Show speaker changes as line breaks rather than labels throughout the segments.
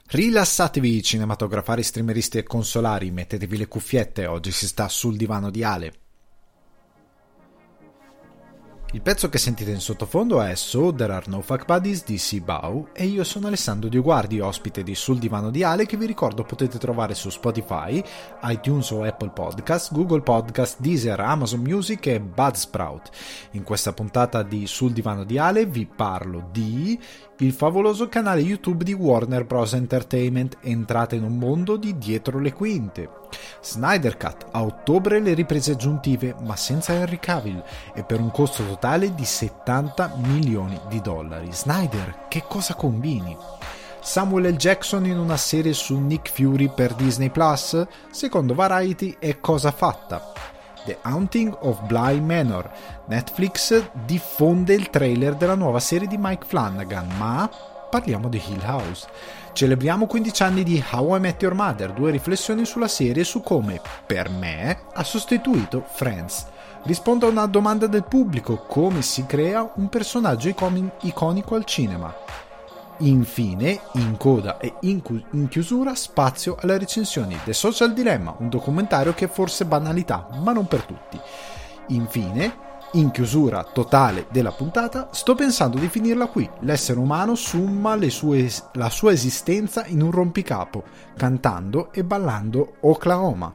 Rilassatevi cinematografari, streameristi e consolari, mettetevi le cuffiette, oggi si sta sul divano di Ale. Il pezzo che sentite in sottofondo è So There Are No Fuck Buddies di Sibau e io sono Alessandro Dioguardi, ospite di Sul Divano di Ale, che vi ricordo potete trovare su Spotify, iTunes o Apple Podcast, Google Podcast, Deezer, Amazon Music e Buzzsprout. In questa puntata di Sul Divano di Ale vi parlo di il favoloso canale YouTube di Warner Bros. Entertainment, entrate in un mondo di dietro le quinte. Snyder Cut, a ottobre le riprese aggiuntive ma senza Henry Cavill e per un costo totale di 70 milioni di dollari. Snyder, che cosa combini? Samuel L. Jackson in una serie su Nick Fury per Disney Plus? Secondo Variety è cosa fatta. The Haunting of Bly Manor. Netflix diffonde il trailer della nuova serie di Mike Flanagan, ma parliamo di Hill House. Celebriamo 15 anni di How I Met Your Mother, 2 riflessioni sulla serie e su come, per me, ha sostituito Friends. Rispondo a una domanda del pubblico: come si crea un personaggio iconico al cinema? Infine, in coda e in chiusura, spazio alle recensioni. The Social Dilemma, un documentario che è forse banalità, ma non per tutti. Infine, in chiusura totale della puntata, sto pensando di finirla qui. L'essere umano summa la sua esistenza in un rompicapo, cantando e ballando Oklahoma.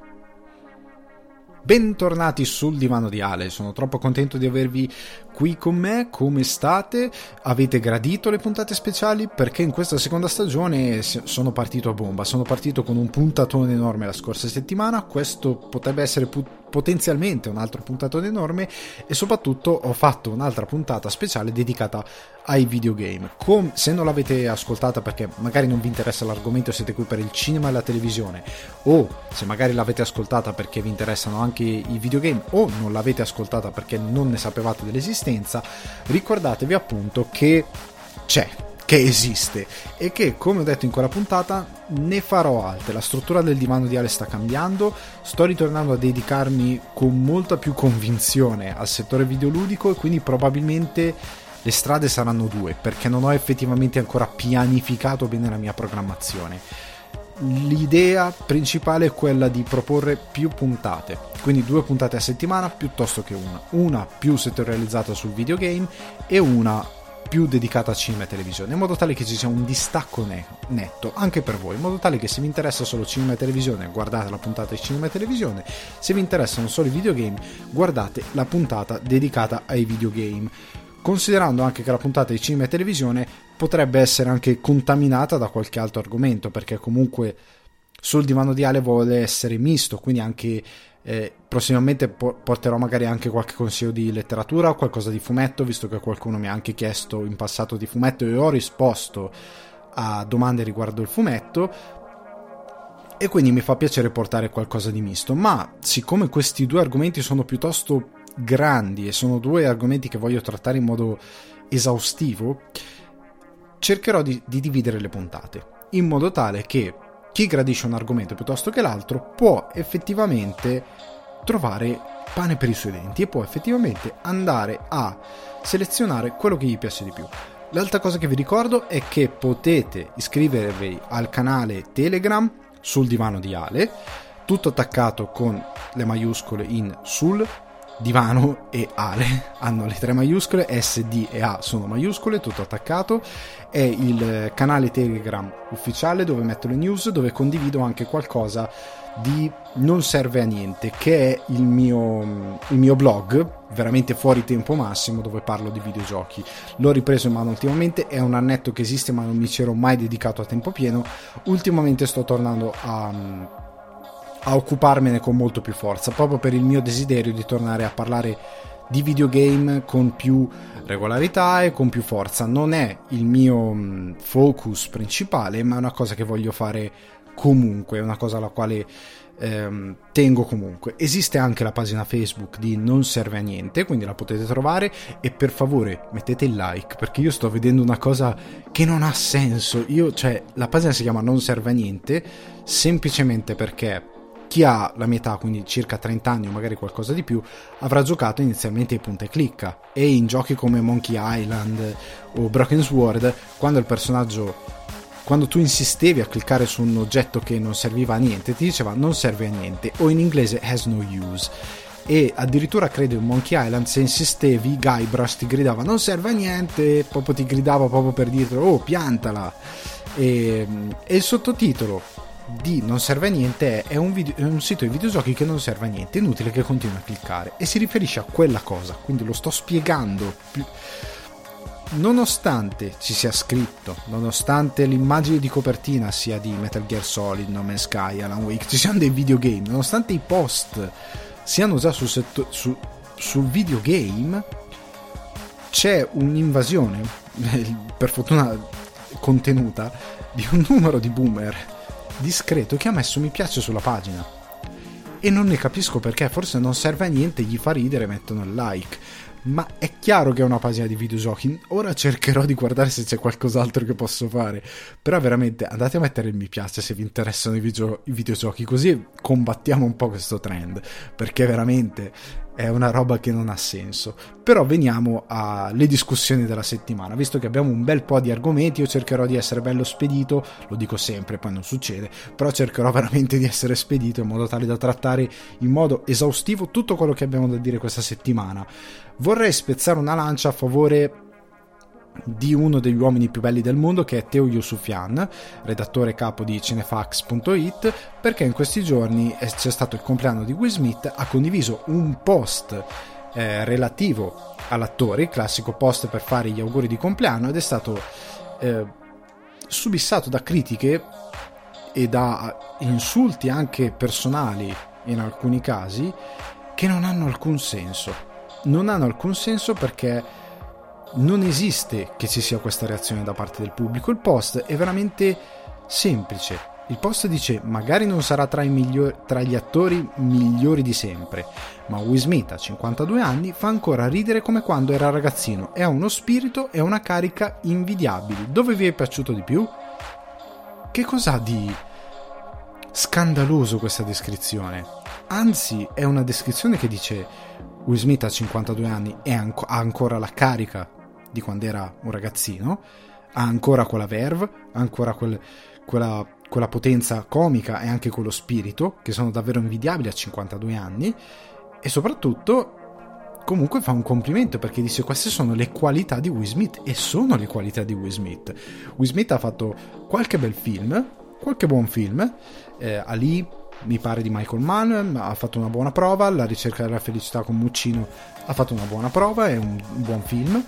Bentornati sul divano di Ale, sono troppo contento di avervi qui con me. Come state? Avete gradito le puntate speciali? Perché in questa seconda stagione sono partito a bomba, sono partito con un puntatone enorme la scorsa settimana, questo potrebbe essere potenzialmente un altro puntatone enorme e soprattutto ho fatto un'altra puntata speciale dedicata ai videogame. Se non l'avete ascoltata perché magari non vi interessa l'argomento, siete qui per il cinema e la televisione, o se magari l'avete ascoltata perché vi interessano anche i videogame, o non l'avete ascoltata perché non ne sapevate dell'esistenza, ricordatevi appunto che c'è, che esiste e che, come ho detto in quella puntata, ne farò altre. La struttura del divano di Ale sta cambiando, sto ritornando a dedicarmi con molta più convinzione al settore videoludico e quindi probabilmente le strade saranno 2, perché non ho effettivamente ancora pianificato bene la mia programmazione. L'idea principale è quella di proporre più puntate, quindi 2 puntate a settimana piuttosto che una più settorializzata sul videogame e una più dedicata a cinema e televisione, in modo tale che ci sia un distacco netto anche per voi, in modo tale che se vi interessa solo cinema e televisione guardate la puntata di cinema e televisione, se vi interessano solo i videogame guardate la puntata dedicata ai videogame, considerando anche che la puntata di cinema e televisione potrebbe essere anche contaminata da qualche altro argomento, perché comunque sul divano di Ale vuole essere misto, quindi anche prossimamente porterò magari anche qualche consiglio di letteratura o qualcosa di fumetto, visto che qualcuno mi ha anche chiesto in passato di fumetto e ho risposto a domande riguardo il fumetto, e quindi mi fa piacere portare qualcosa di misto. Ma siccome questi 2 argomenti sono piuttosto grandi e sono 2 argomenti che voglio trattare in modo esaustivo, cercherò di dividere le puntate in modo tale che chi gradisce un argomento piuttosto che l'altro può effettivamente trovare pane per i suoi denti e può effettivamente andare a selezionare quello che gli piace di più. L'altra cosa che vi ricordo è che potete iscrivervi al canale Telegram Sul Divano di Ale, tutto attaccato con le maiuscole in sul divano, e Ale hanno le 3 maiuscole, S, D e A sono maiuscole, tutto attaccato. È il canale Telegram ufficiale dove metto le news, dove condivido anche qualcosa di Non Serve a Niente, che è il mio blog veramente fuori tempo massimo, dove parlo di videogiochi. L'ho ripreso in mano ultimamente, è un annetto che esiste ma non mi c'ero mai dedicato a tempo pieno. Ultimamente sto tornando a occuparmene con molto più forza, proprio per il mio desiderio di tornare a parlare di videogame con più regolarità e con più forza. Non è il mio focus principale, ma è una cosa che voglio fare comunque, è una cosa alla quale tengo comunque. Esiste anche la pagina Facebook di Non Serve a Niente, quindi la potete trovare, e per favore mettete il like, perché io sto vedendo una cosa che non ha senso. La pagina si chiama Non Serve a Niente semplicemente perché chi ha la mia età, quindi circa 30 anni o magari qualcosa di più, avrà giocato inizialmente ai punta e clicca, e in giochi come Monkey Island o Broken Sword, quando il personaggio quando tu insistevi a cliccare su un oggetto che non serviva a niente, ti diceva non serve a niente, o in inglese has no use. E addirittura credo in Monkey Island, se insistevi, Guybrush ti gridava non serve a niente, proprio ti gridava proprio per dirti oh piantala. E il sottotitolo di non serve a niente è un sito di videogiochi che non serve a niente, è inutile che continui a cliccare, e si riferisce a quella cosa, quindi lo sto spiegando nonostante ci sia scritto, nonostante l'immagine di copertina sia di Metal Gear Solid, No Man's Sky, Alan Wake, ci siano dei videogame, nonostante i post siano già sul videogame, c'è un'invasione per fortuna contenuta di un numero di boomer discreto che ha messo mi piace sulla pagina, e non ne capisco perché. Forse non serve a niente, gli fa ridere, mettono il like, ma è chiaro che è una pagina di videogiochi. Ora cercherò di guardare se c'è qualcos'altro che posso fare, però veramente andate a mettere il mi piace se vi interessano i videogiochi, così combattiamo un po' questo trend, perché veramente è una roba che non ha senso. Però veniamo alle discussioni della settimana. Visto che abbiamo un bel po' di argomenti, io cercherò di essere bello spedito, lo dico sempre, poi non succede, però cercherò veramente di essere spedito in modo tale da trattare in modo esaustivo tutto quello che abbiamo da dire questa settimana. Vorrei spezzare una lancia a favore di uno degli uomini più belli del mondo, che è Teo Yusufian, redattore capo di cinefax.it, perché in questi giorni c'è stato il compleanno di Will Smith, ha condiviso un post relativo all'attore, il classico post per fare gli auguri di compleanno, ed è stato subissato da critiche e da insulti anche personali in alcuni casi, che non hanno alcun senso. Non hanno alcun senso, perché non esiste che ci sia questa reazione da parte del pubblico. Il post è veramente semplice. Il post dice: magari non sarà tra gli attori migliori di sempre, ma Will Smith a 52 anni fa ancora ridere come quando era ragazzino e ha uno spirito e una carica invidiabili. Dove vi è piaciuto di più? Che cos'ha di scandaloso questa descrizione? Anzi, è una descrizione che dice: Will Smith ha 52 anni e ha ancora la carica di quando era un ragazzino, ha ancora quella verve, ha ancora quella potenza comica e anche quello spirito, che sono davvero invidiabili a 52 anni, e soprattutto comunque fa un complimento, perché dice: queste sono le qualità di Will Smith, e sono le qualità di Will Smith. Will Smith ha fatto qualche bel film, qualche buon film, Ali, mi pare, di Michael Mann, ha fatto una buona prova, La ricerca della felicità con Muccino ha fatto una buona prova, è un buon film.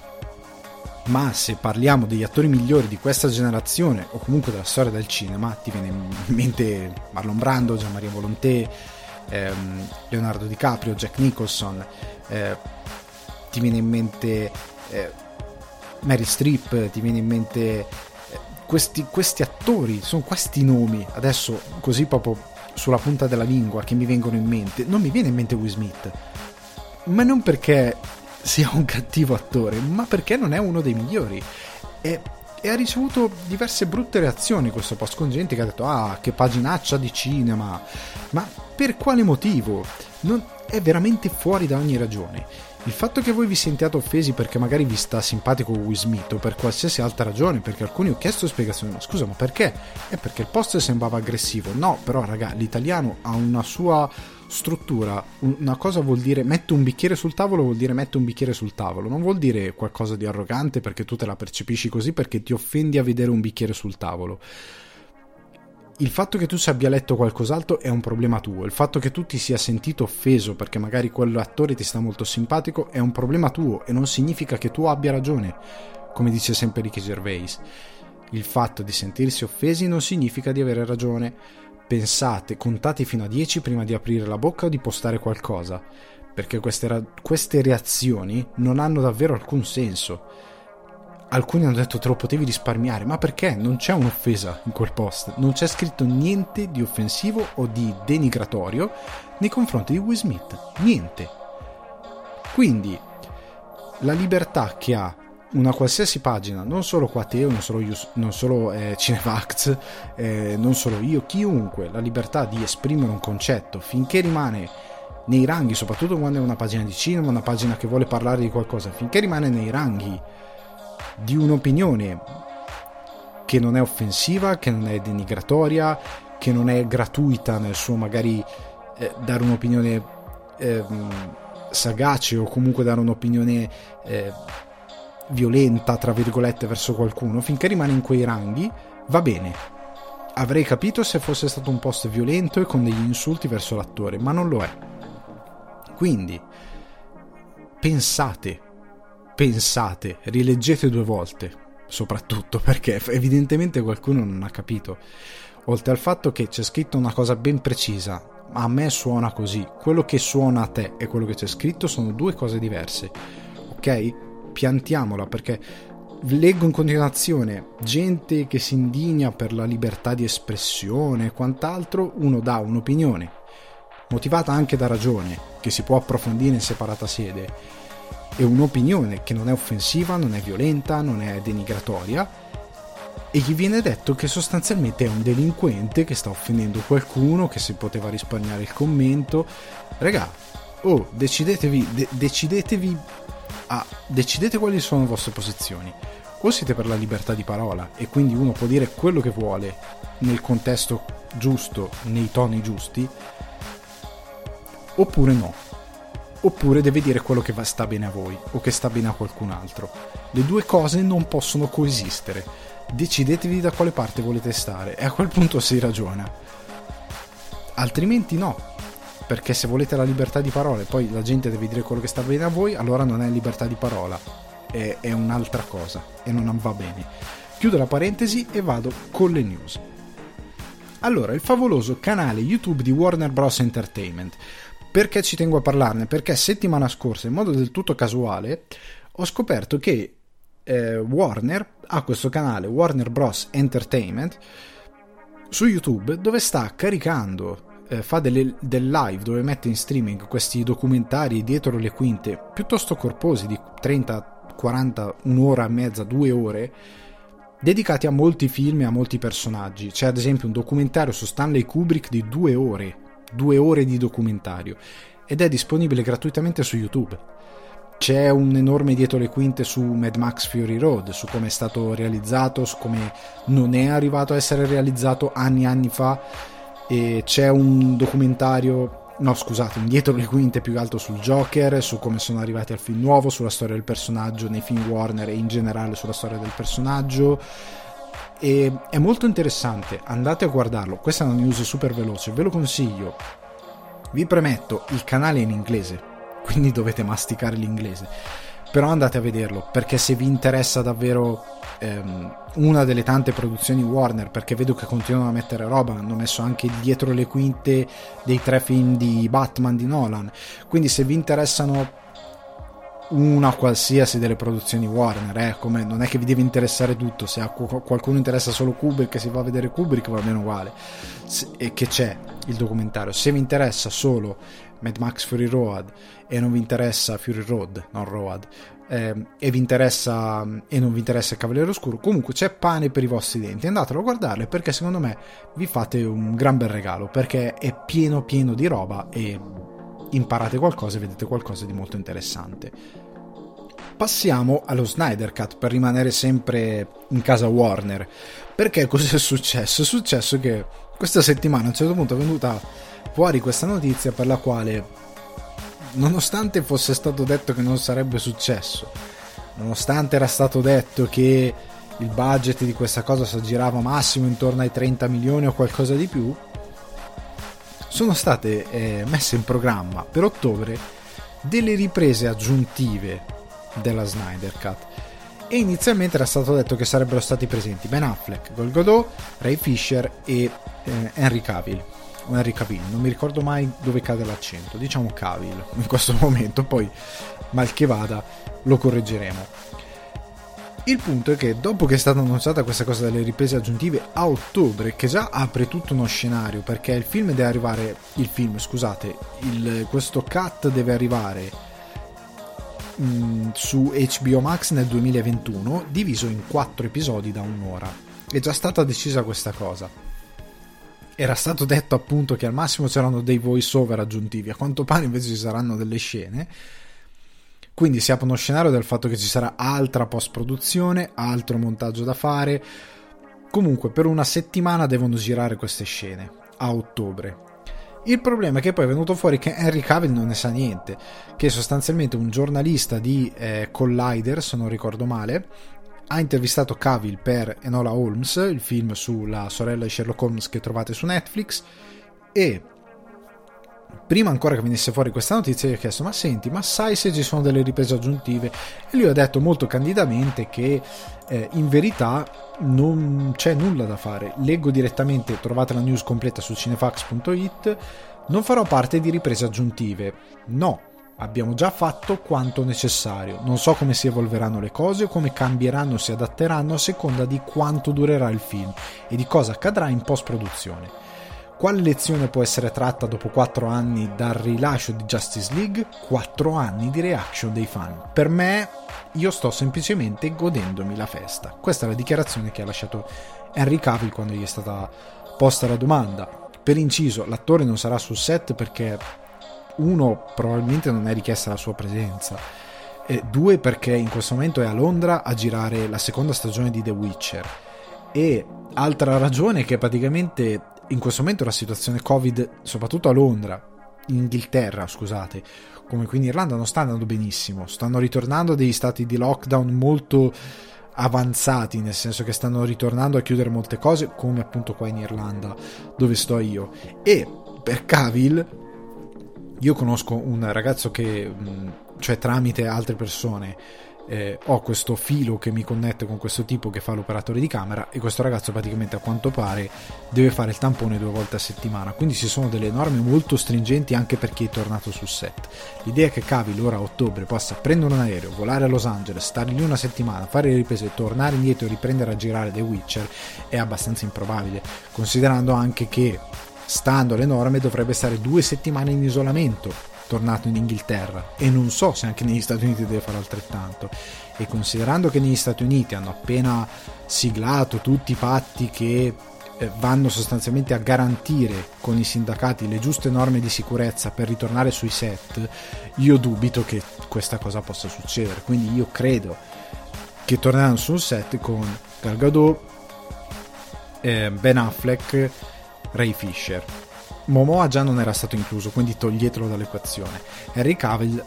Ma se parliamo degli attori migliori di questa generazione, o comunque della storia del cinema, ti viene in mente Marlon Brando, Gianmaria Volonté, Leonardo DiCaprio, Jack Nicholson, ti viene in mente Meryl Streep, ti viene in mente questi attori, sono questi nomi adesso così proprio sulla punta della lingua che mi vengono in mente. Non mi viene in mente Will Smith, ma non perché sia un cattivo attore, ma perché non è uno dei migliori, e ha ricevuto diverse brutte reazioni questo post, con gente che ha detto: ah, che paginaccia di cinema. Ma per quale motivo? È veramente fuori da ogni ragione. Il fatto che voi vi sentiate offesi perché magari vi sta simpatico Will Smith, o per qualsiasi altra ragione, perché alcuni ho chiesto spiegazioni: ma scusa, ma perché? È perché il post sembrava aggressivo. No, però raga, l'italiano ha una sua struttura. Una cosa vuol dire metto un bicchiere sul tavolo, vuol dire metto un bicchiere sul tavolo, non vuol dire qualcosa di arrogante perché tu te la percepisci così, perché ti offendi a vedere un bicchiere sul tavolo. Il fatto che tu ci abbia letto qualcos'altro è un problema tuo, il fatto che tu ti sia sentito offeso perché magari quell'attore ti sta molto simpatico è un problema tuo, e non significa che tu abbia ragione, come dice sempre Ricky Gervais. Il fatto di sentirsi offesi non significa di avere ragione. Pensate, contate fino a 10 prima di aprire la bocca o di postare qualcosa, perché queste reazioni non hanno davvero alcun senso. Alcuni hanno detto: te lo potevi risparmiare, ma perché? Non c'è un'offesa in quel post, non c'è scritto niente di offensivo o di denigratorio nei confronti di Will Smith, niente. Quindi la libertà che ha una qualsiasi pagina, non solo qua Teo, non solo Cinefax, non solo io, chiunque, la libertà di esprimere un concetto finché rimane nei ranghi, soprattutto quando è una pagina di cinema, una pagina che vuole parlare di qualcosa, finché rimane nei ranghi di un'opinione che non è offensiva, che non è denigratoria, che non è gratuita nel suo magari dare un'opinione sagace o comunque dare un'opinione violenta tra virgolette verso qualcuno, finché rimane in quei ranghi va bene. Avrei capito se fosse stato un post violento e con degli insulti verso l'attore, ma non lo è. Quindi pensate, rileggete 2 volte soprattutto, perché evidentemente qualcuno non ha capito, oltre al fatto che c'è scritto una cosa ben precisa: a me suona così, quello che suona a te e quello che c'è scritto sono 2 cose diverse, ok? Piantiamola, perché leggo in continuazione gente che si indigna per la libertà di espressione e quant'altro. Uno dà un'opinione motivata anche da ragione, che si può approfondire in separata sede, e un'opinione che non è offensiva, non è violenta, non è denigratoria, e gli viene detto che sostanzialmente è un delinquente che sta offendendo qualcuno, che si poteva risparmiare il commento. Raga, decidete quali sono le vostre posizioni. O siete per la libertà di parola e quindi uno può dire quello che vuole nel contesto giusto, nei toni giusti, oppure no, oppure deve dire quello che sta bene a voi o che sta bene a qualcun altro. Le 2 cose non possono coesistere. Decidetevi da quale parte volete stare e a quel punto si ragiona, altrimenti no, perché se volete la libertà di parola e poi la gente deve dire quello che sta bene a voi, allora non è libertà di parola, è un'altra cosa e non va bene. Chiudo la parentesi e vado con le news. Allora, il favoloso canale YouTube di Warner Bros. Entertainment. Perché ci tengo a parlarne? Perché settimana scorsa, in modo del tutto casuale, ho scoperto che Warner ha questo canale, Warner Bros. Entertainment, su YouTube, dove sta caricando, fa del live dove mette in streaming questi documentari dietro le quinte piuttosto corposi di 30, 40, un'ora e mezza, 2 ore, dedicati a molti film e a molti personaggi. C'è ad esempio un documentario su Stanley Kubrick di 2 ore di documentario, ed è disponibile gratuitamente su YouTube. C'è un enorme dietro le quinte su Mad Max Fury Road, su come è stato realizzato, su come non è arrivato a essere realizzato anni fa, e c'è un documentario, no scusate, un dietro le quinte più alto sul Joker, su come sono arrivati al film nuovo, sulla storia del personaggio nei film Warner e in generale sulla storia del personaggio. E è molto interessante, andate a guardarlo. Questa è una news super veloce, ve lo consiglio. Vi premetto, il canale è in inglese, quindi dovete masticare l'inglese, però andate a vederlo, perché se vi interessa davvero una delle tante produzioni Warner, perché vedo che continuano a mettere roba, hanno messo anche dietro le quinte dei 3 film di Batman di Nolan, quindi se vi interessano una qualsiasi delle produzioni Warner, come non è che vi deve interessare tutto, se a qualcuno interessa solo Kubrick, si va a vedere Kubrick, va bene uguale, e che c'è il documentario. Se vi interessa solo Mad Max Fury Road e non vi interessa Fury Road, non Road, e vi interessa e non vi interessa il Cavaliere Oscuro, comunque c'è pane per i vostri denti, andatelo a guardare, perché secondo me vi fate un gran bel regalo, perché è pieno di roba e imparate qualcosa e vedete qualcosa di molto interessante. Passiamo allo Snyder Cut, per rimanere sempre in casa Warner, perché cosa è successo? È successo che questa settimana a un certo punto è venuta fuori questa notizia per la quale, nonostante fosse stato detto che non sarebbe successo, nonostante era stato detto che il budget di questa cosa si aggirava massimo intorno ai 30 milioni o qualcosa di più, sono state messe in programma per ottobre delle riprese aggiuntive della Snyder Cut, e inizialmente era stato detto che sarebbero stati presenti Ben Affleck, Gal Gadot, Ray Fisher e Henry Cavill, non mi ricordo mai dove cade l'accento, diciamo Cavill in questo momento, poi mal che vada lo correggeremo. Il punto è che dopo che è stata annunciata questa cosa delle riprese aggiuntive a ottobre, che già apre tutto uno scenario, perché il film deve arrivare, questo cut deve arrivare su HBO Max nel 2021, diviso in 4 episodi da 1 ora. È già stata decisa questa cosa. Era stato detto appunto che al massimo c'erano dei voice over aggiuntivi, a quanto pare invece ci saranno delle scene. Quindi si apre uno scenario del fatto che ci sarà altra post produzione, altro montaggio da fare, Comunque per una settimana devono girare queste scene a ottobre. Il problema è che poi è venuto fuori che Henry Cavill non ne sa niente, che sostanzialmente un giornalista di Collider, se non ricordo male, ha intervistato Cavill per Enola Holmes, il film sulla sorella di Sherlock Holmes che trovate su Netflix, e prima ancora che venisse fuori questa notizia gli ho chiesto: ma senti, ma sai se ci sono delle riprese aggiuntive? E lui ha detto molto candidamente che in verità non c'è nulla da fare. Leggo direttamente, trovate la news completa su cinefax.it: non farò parte di riprese aggiuntive. No, abbiamo già fatto quanto necessario. Non so come si evolveranno le cose o come cambieranno o si adatteranno a seconda di quanto durerà il film e di cosa accadrà in post-produzione. Quale lezione può essere tratta dopo 4 anni dal rilascio di Justice League? 4 anni di reaction dei fan. Per me, io sto semplicemente godendomi la festa. Questa è la dichiarazione che ha lasciato Henry Cavill quando gli è stata posta la domanda. Per inciso, l'attore non sarà sul set perché 1, probabilmente non è richiesta la sua presenza, e 2, perché in questo momento è a Londra a girare la seconda stagione di The Witcher, e altra ragione è che praticamente in questo momento la situazione Covid, soprattutto a Londra, in Inghilterra, scusate, come qui in Irlanda, non sta andando benissimo. Stanno ritornando degli stati di lockdown molto avanzati, nel senso che stanno ritornando a chiudere molte cose, come appunto qua in Irlanda dove sto io. E per Cavill, io conosco un ragazzo che, cioè tramite altre persone, ho questo filo che mi connette con questo tipo che fa l'operatore di camera, e questo ragazzo praticamente a quanto pare deve fare il tampone 2 volte a settimana, quindi ci sono delle norme molto stringenti anche per chi è tornato sul set. L'idea che Cavill ora a ottobre possa prendere un aereo, volare a Los Angeles, stare lì una settimana, fare le riprese, tornare indietro e riprendere a girare The Witcher è abbastanza improbabile, considerando anche che, stando alle norme, dovrebbe stare 2 settimane in isolamento tornato in Inghilterra, e non so se anche negli Stati Uniti deve fare altrettanto. E considerando che negli Stati Uniti hanno appena siglato tutti i patti che vanno sostanzialmente a garantire con i sindacati le giuste norme di sicurezza per ritornare sui set, io dubito che questa cosa possa succedere. Quindi io credo che torneranno sul set con Gal Gadot, Ben Affleck, Ray Fisher. Momoa già non era stato incluso, quindi toglietelo dall'equazione. Henry Cavill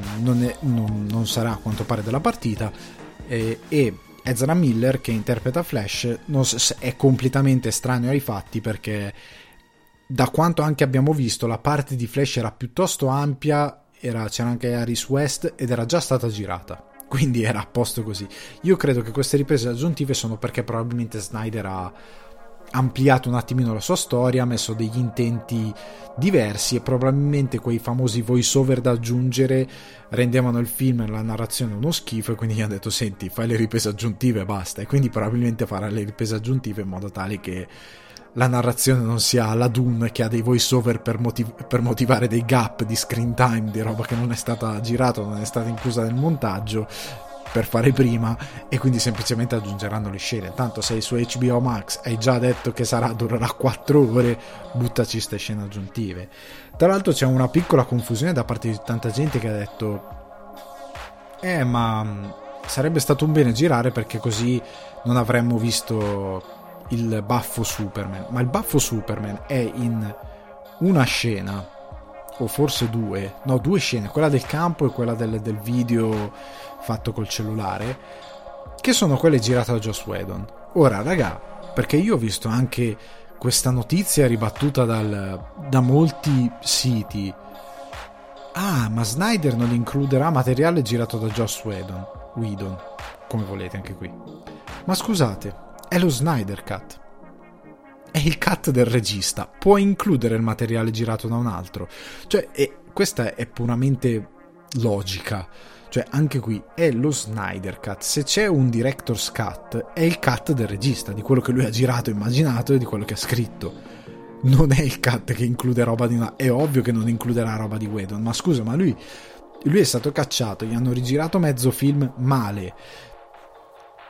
non sarà a quanto pare della partita, e Ezra Miller, che interpreta Flash, è completamente estraneo ai fatti, perché da quanto anche abbiamo visto la parte di Flash era piuttosto ampia, c'era anche Iris West ed era già stata girata, quindi era a posto così. Io credo che queste riprese aggiuntive sono perché probabilmente Snyder ha ampliato un attimino la sua storia, ha messo degli intenti diversi, e probabilmente quei famosi voice over da aggiungere rendevano il film e la narrazione uno schifo, e quindi gli hanno detto: senti, fai le riprese aggiuntive e basta. E quindi probabilmente farà le riprese aggiuntive in modo tale che la narrazione non sia la Dune, che ha dei voice over per motivare dei gap di screen time, di roba che non è stata girata, non è stata inclusa nel montaggio, per fare prima, e quindi semplicemente aggiungeranno le scene. Tanto sei su HBO Max, hai già detto che durerà 4 ore, buttaci ste scene aggiuntive. Tra l'altro c'è una piccola confusione da parte di tanta gente che ha detto: ma sarebbe stato un bene girare perché così non avremmo visto il baffo Superman. Ma il baffo Superman è in una scena, o forse 2 scene, quella del campo e quella del video fatto col cellulare, che sono quelle girate da Joss Whedon. Ora raga, perché io ho visto anche questa notizia ribattuta da molti siti: ma Snyder non includerà materiale girato da Joss Whedon, come volete anche qui. Ma scusate, è lo Snyder Cut, è il cut del regista, può includere il materiale girato da un altro, cioè questa è puramente logica. Cioè anche qui è lo Snyder Cut, se c'è un director's cut è il cut del regista, di quello che lui ha girato, immaginato, e di quello che ha scritto. Non è il cut che include roba di è ovvio che non includerà roba di Whedon, ma scusa, ma lui è stato cacciato, gli hanno rigirato mezzo film male,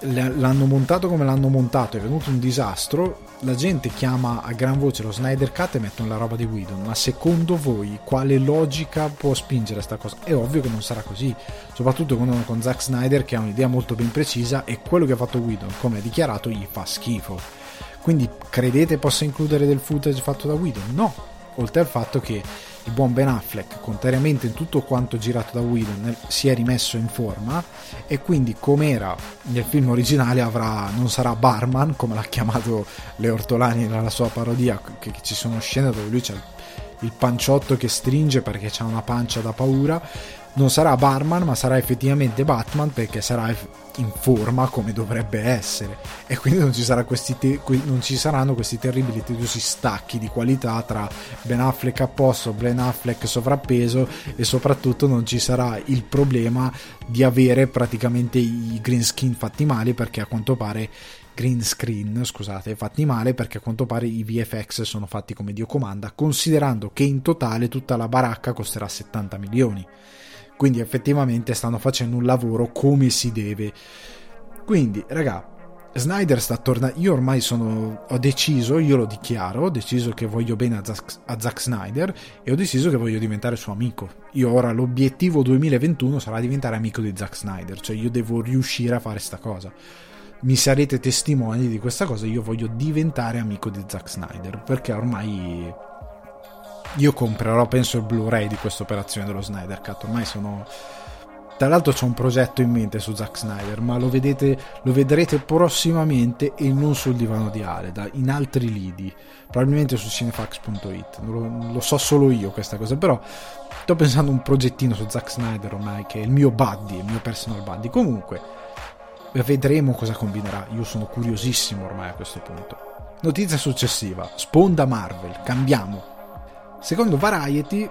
l'hanno montato come l'hanno montato, è venuto un disastro, la gente chiama a gran voce lo Snyder Cut e mettono la roba di Whedon. Ma secondo voi quale logica può spingere sta cosa? È ovvio che non sarà così, soprattutto con Zack Snyder, che ha un'idea molto ben precisa, e quello che ha fatto Whedon, come ha dichiarato, gli fa schifo. Quindi credete possa includere del footage fatto da Whedon? No, oltre al fatto che il buon Ben Affleck, contrariamente in tutto quanto girato da Whedon, si è rimesso in forma, e quindi, come era nel film originale, non sarà barman, come l'ha chiamato Leo Ortolani nella sua parodia, che ci sono scene dove lui c'ha il panciotto che stringe perché c'ha una pancia da paura. Non sarà barman, ma sarà effettivamente Batman, perché sarà in forma come dovrebbe essere, e quindi non ci saranno questi terribili e tediosi stacchi di qualità tra Ben Affleck a posto, Ben Affleck sovrappeso, e soprattutto non ci sarà il problema di avere praticamente i green screen fatti male, perché a quanto pare fatti male, perché a quanto pare i VFX sono fatti come Dio comanda, considerando che in totale tutta la baracca costerà 70 milioni. Quindi effettivamente stanno facendo un lavoro come si deve. Quindi, raga, Snyder sta tornando. Io ormai ho deciso, io lo dichiaro, ho deciso che voglio bene a Zack Snyder, e ho deciso che voglio diventare suo amico. Io ora l'obiettivo 2021 sarà diventare amico di Zack Snyder, cioè io devo riuscire a fare sta cosa. Mi sarete testimoni di questa cosa, io voglio diventare amico di Zack Snyder, perché ormai io comprerò, penso, il Blu-ray di questa operazione dello Snyder Cut. Ormai tra l'altro c'ho un progetto in mente su Zack Snyder, ma lo vedrete prossimamente, e non sul divano di Ale, in altri lidi, probabilmente su cinefax.it. Lo so solo io questa cosa, però sto pensando a un progettino su Zack Snyder ormai, che è il mio buddy, il mio personal buddy. Comunque vedremo cosa combinerà, io sono curiosissimo ormai a questo punto. Notizia successiva: sponda Marvel, cambiamo. Secondo Variety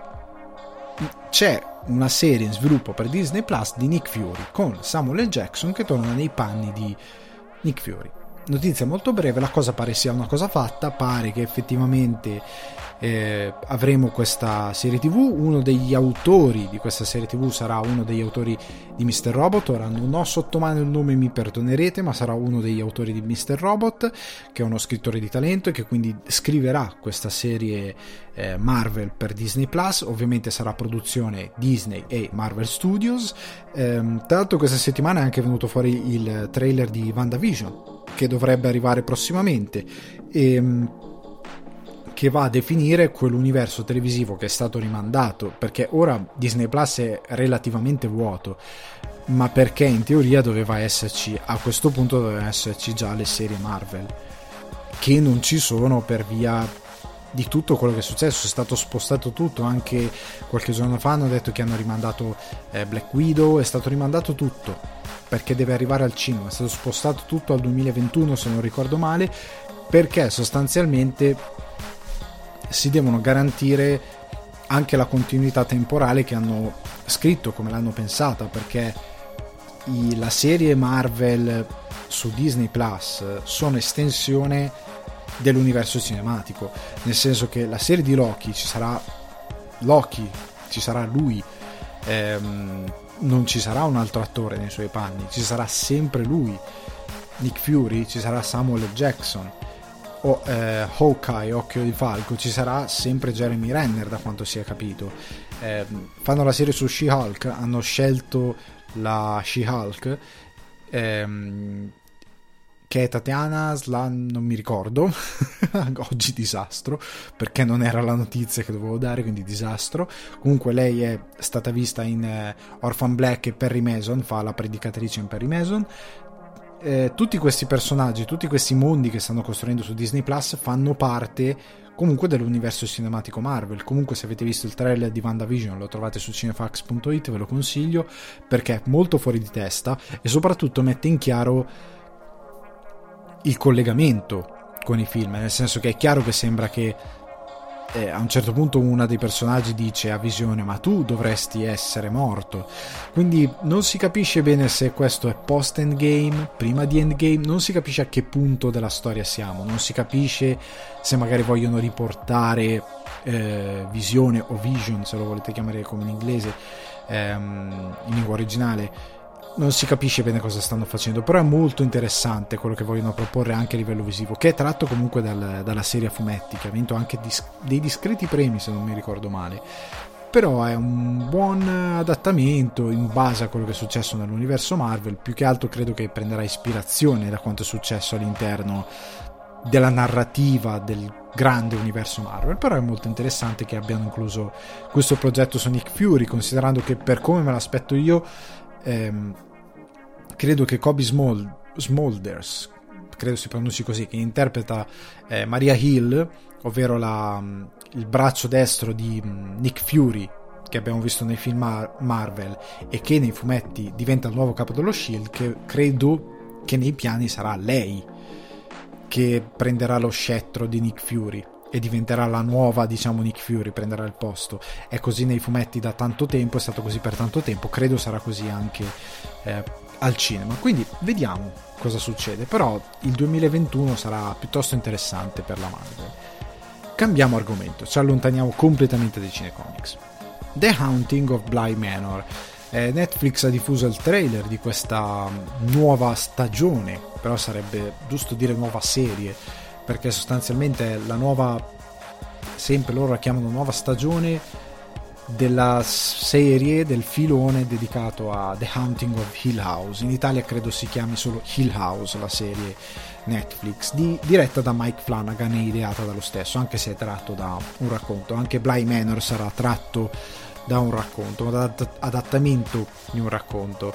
c'è una serie in sviluppo per Disney Plus di Nick Fury, con Samuel L. Jackson che torna nei panni di Nick Fury. Notizia molto breve, la cosa pare sia una cosa fatta, pare che effettivamente avremo questa serie TV. Uno degli autori di questa serie TV sarà uno degli autori di Mr. Robot. Ora non ho sotto mano il nome, mi perdonerete, ma sarà uno degli autori di Mr. Robot, che è uno scrittore di talento e che quindi scriverà questa serie Marvel per Disney Plus. Ovviamente sarà produzione Disney e Marvel Studios. Tra l'altro questa settimana è anche venuto fuori il trailer di WandaVision, che dovrebbe arrivare prossimamente, e che va a definire quell'universo televisivo che è stato rimandato, perché ora Disney Plus è relativamente vuoto, ma perché in teoria doveva esserci, a questo punto dovevano esserci già le serie Marvel, che non ci sono per via di tutto quello che è successo. È stato spostato tutto, anche qualche giorno fa hanno detto che hanno rimandato Black Widow, è stato rimandato tutto perché deve arrivare al cinema, è stato spostato tutto al 2021 se non ricordo male, perché sostanzialmente si devono garantire anche la continuità temporale che hanno scritto, come l'hanno pensata, perché la serie Marvel su Disney Plus sono estensione dell'universo cinematico, nel senso che la serie di Loki ci sarà lui, non ci sarà un altro attore nei suoi panni, ci sarà sempre lui. Nick Fury, ci sarà Samuel L. Jackson, o Hawkeye, Occhio di Falco, ci sarà sempre Jeremy Renner, da quanto si è capito. Fanno la serie su She-Hulk, hanno scelto la She-Hulk che è Tatiana non mi ricordo oggi disastro, perché non era la notizia che dovevo dare, quindi disastro. Comunque lei è stata vista in Orphan Black e Perry Mason, fa la predicatrice in Perry Mason. Tutti questi personaggi, tutti questi mondi che stanno costruendo su Disney Plus fanno parte comunque dell'universo cinematico Marvel. Comunque, se avete visto il trailer di WandaVision, lo trovate su cinefax.it, ve lo consiglio, perché è molto fuori di testa e soprattutto mette in chiaro il collegamento con i film, nel senso che è chiaro che sembra che a un certo punto uno dei personaggi dice a Visione: ma tu dovresti essere morto. Quindi non si capisce bene se questo è post Endgame, prima di Endgame, non si capisce a che punto della storia siamo, non si capisce se magari vogliono riportare Visione o Vision, se lo volete chiamare come in inglese, in lingua originale, non si capisce bene cosa stanno facendo, però è molto interessante quello che vogliono proporre anche a livello visivo, che è tratto comunque dalla serie a fumetti, che ha vinto anche dei discreti premi se non mi ricordo male, però è un buon adattamento in base a quello che è successo nell'universo Marvel. Più che altro credo che prenderà ispirazione da quanto è successo all'interno della narrativa del grande universo Marvel, però è molto interessante che abbiano incluso questo progetto su Nick Fury, considerando che, per come me l'aspetto io, credo che Kobe Smulders, credo si pronunci così, che interpreta Maria Hill, ovvero il braccio destro di Nick Fury, che abbiamo visto nei film Marvel e che nei fumetti diventa il nuovo capo dello SHIELD, che credo che nei piani sarà lei che prenderà lo scettro di Nick Fury e diventerà la nuova, diciamo, Nick Fury, prenderà il posto. È così nei fumetti da tanto tempo, è stato così per tanto tempo, credo sarà così anche al cinema, quindi vediamo cosa succede. Però il 2021 sarà piuttosto interessante per la Marvel. Cambiamo argomento, ci allontaniamo completamente dai cinecomics. The Haunting of Bly Manor. Netflix ha diffuso il trailer di questa nuova stagione, però sarebbe giusto dire nuova serie, perché sostanzialmente è la nuova, sempre loro la chiamano nuova stagione della serie, del filone dedicato a The Haunting of Hill House. In Italia credo si chiami solo Hill House la serie Netflix, diretta da Mike Flanagan e ideata dallo stesso, anche se è tratto da un racconto. Anche Bly Manor sarà tratto da un racconto, un adattamento di un racconto.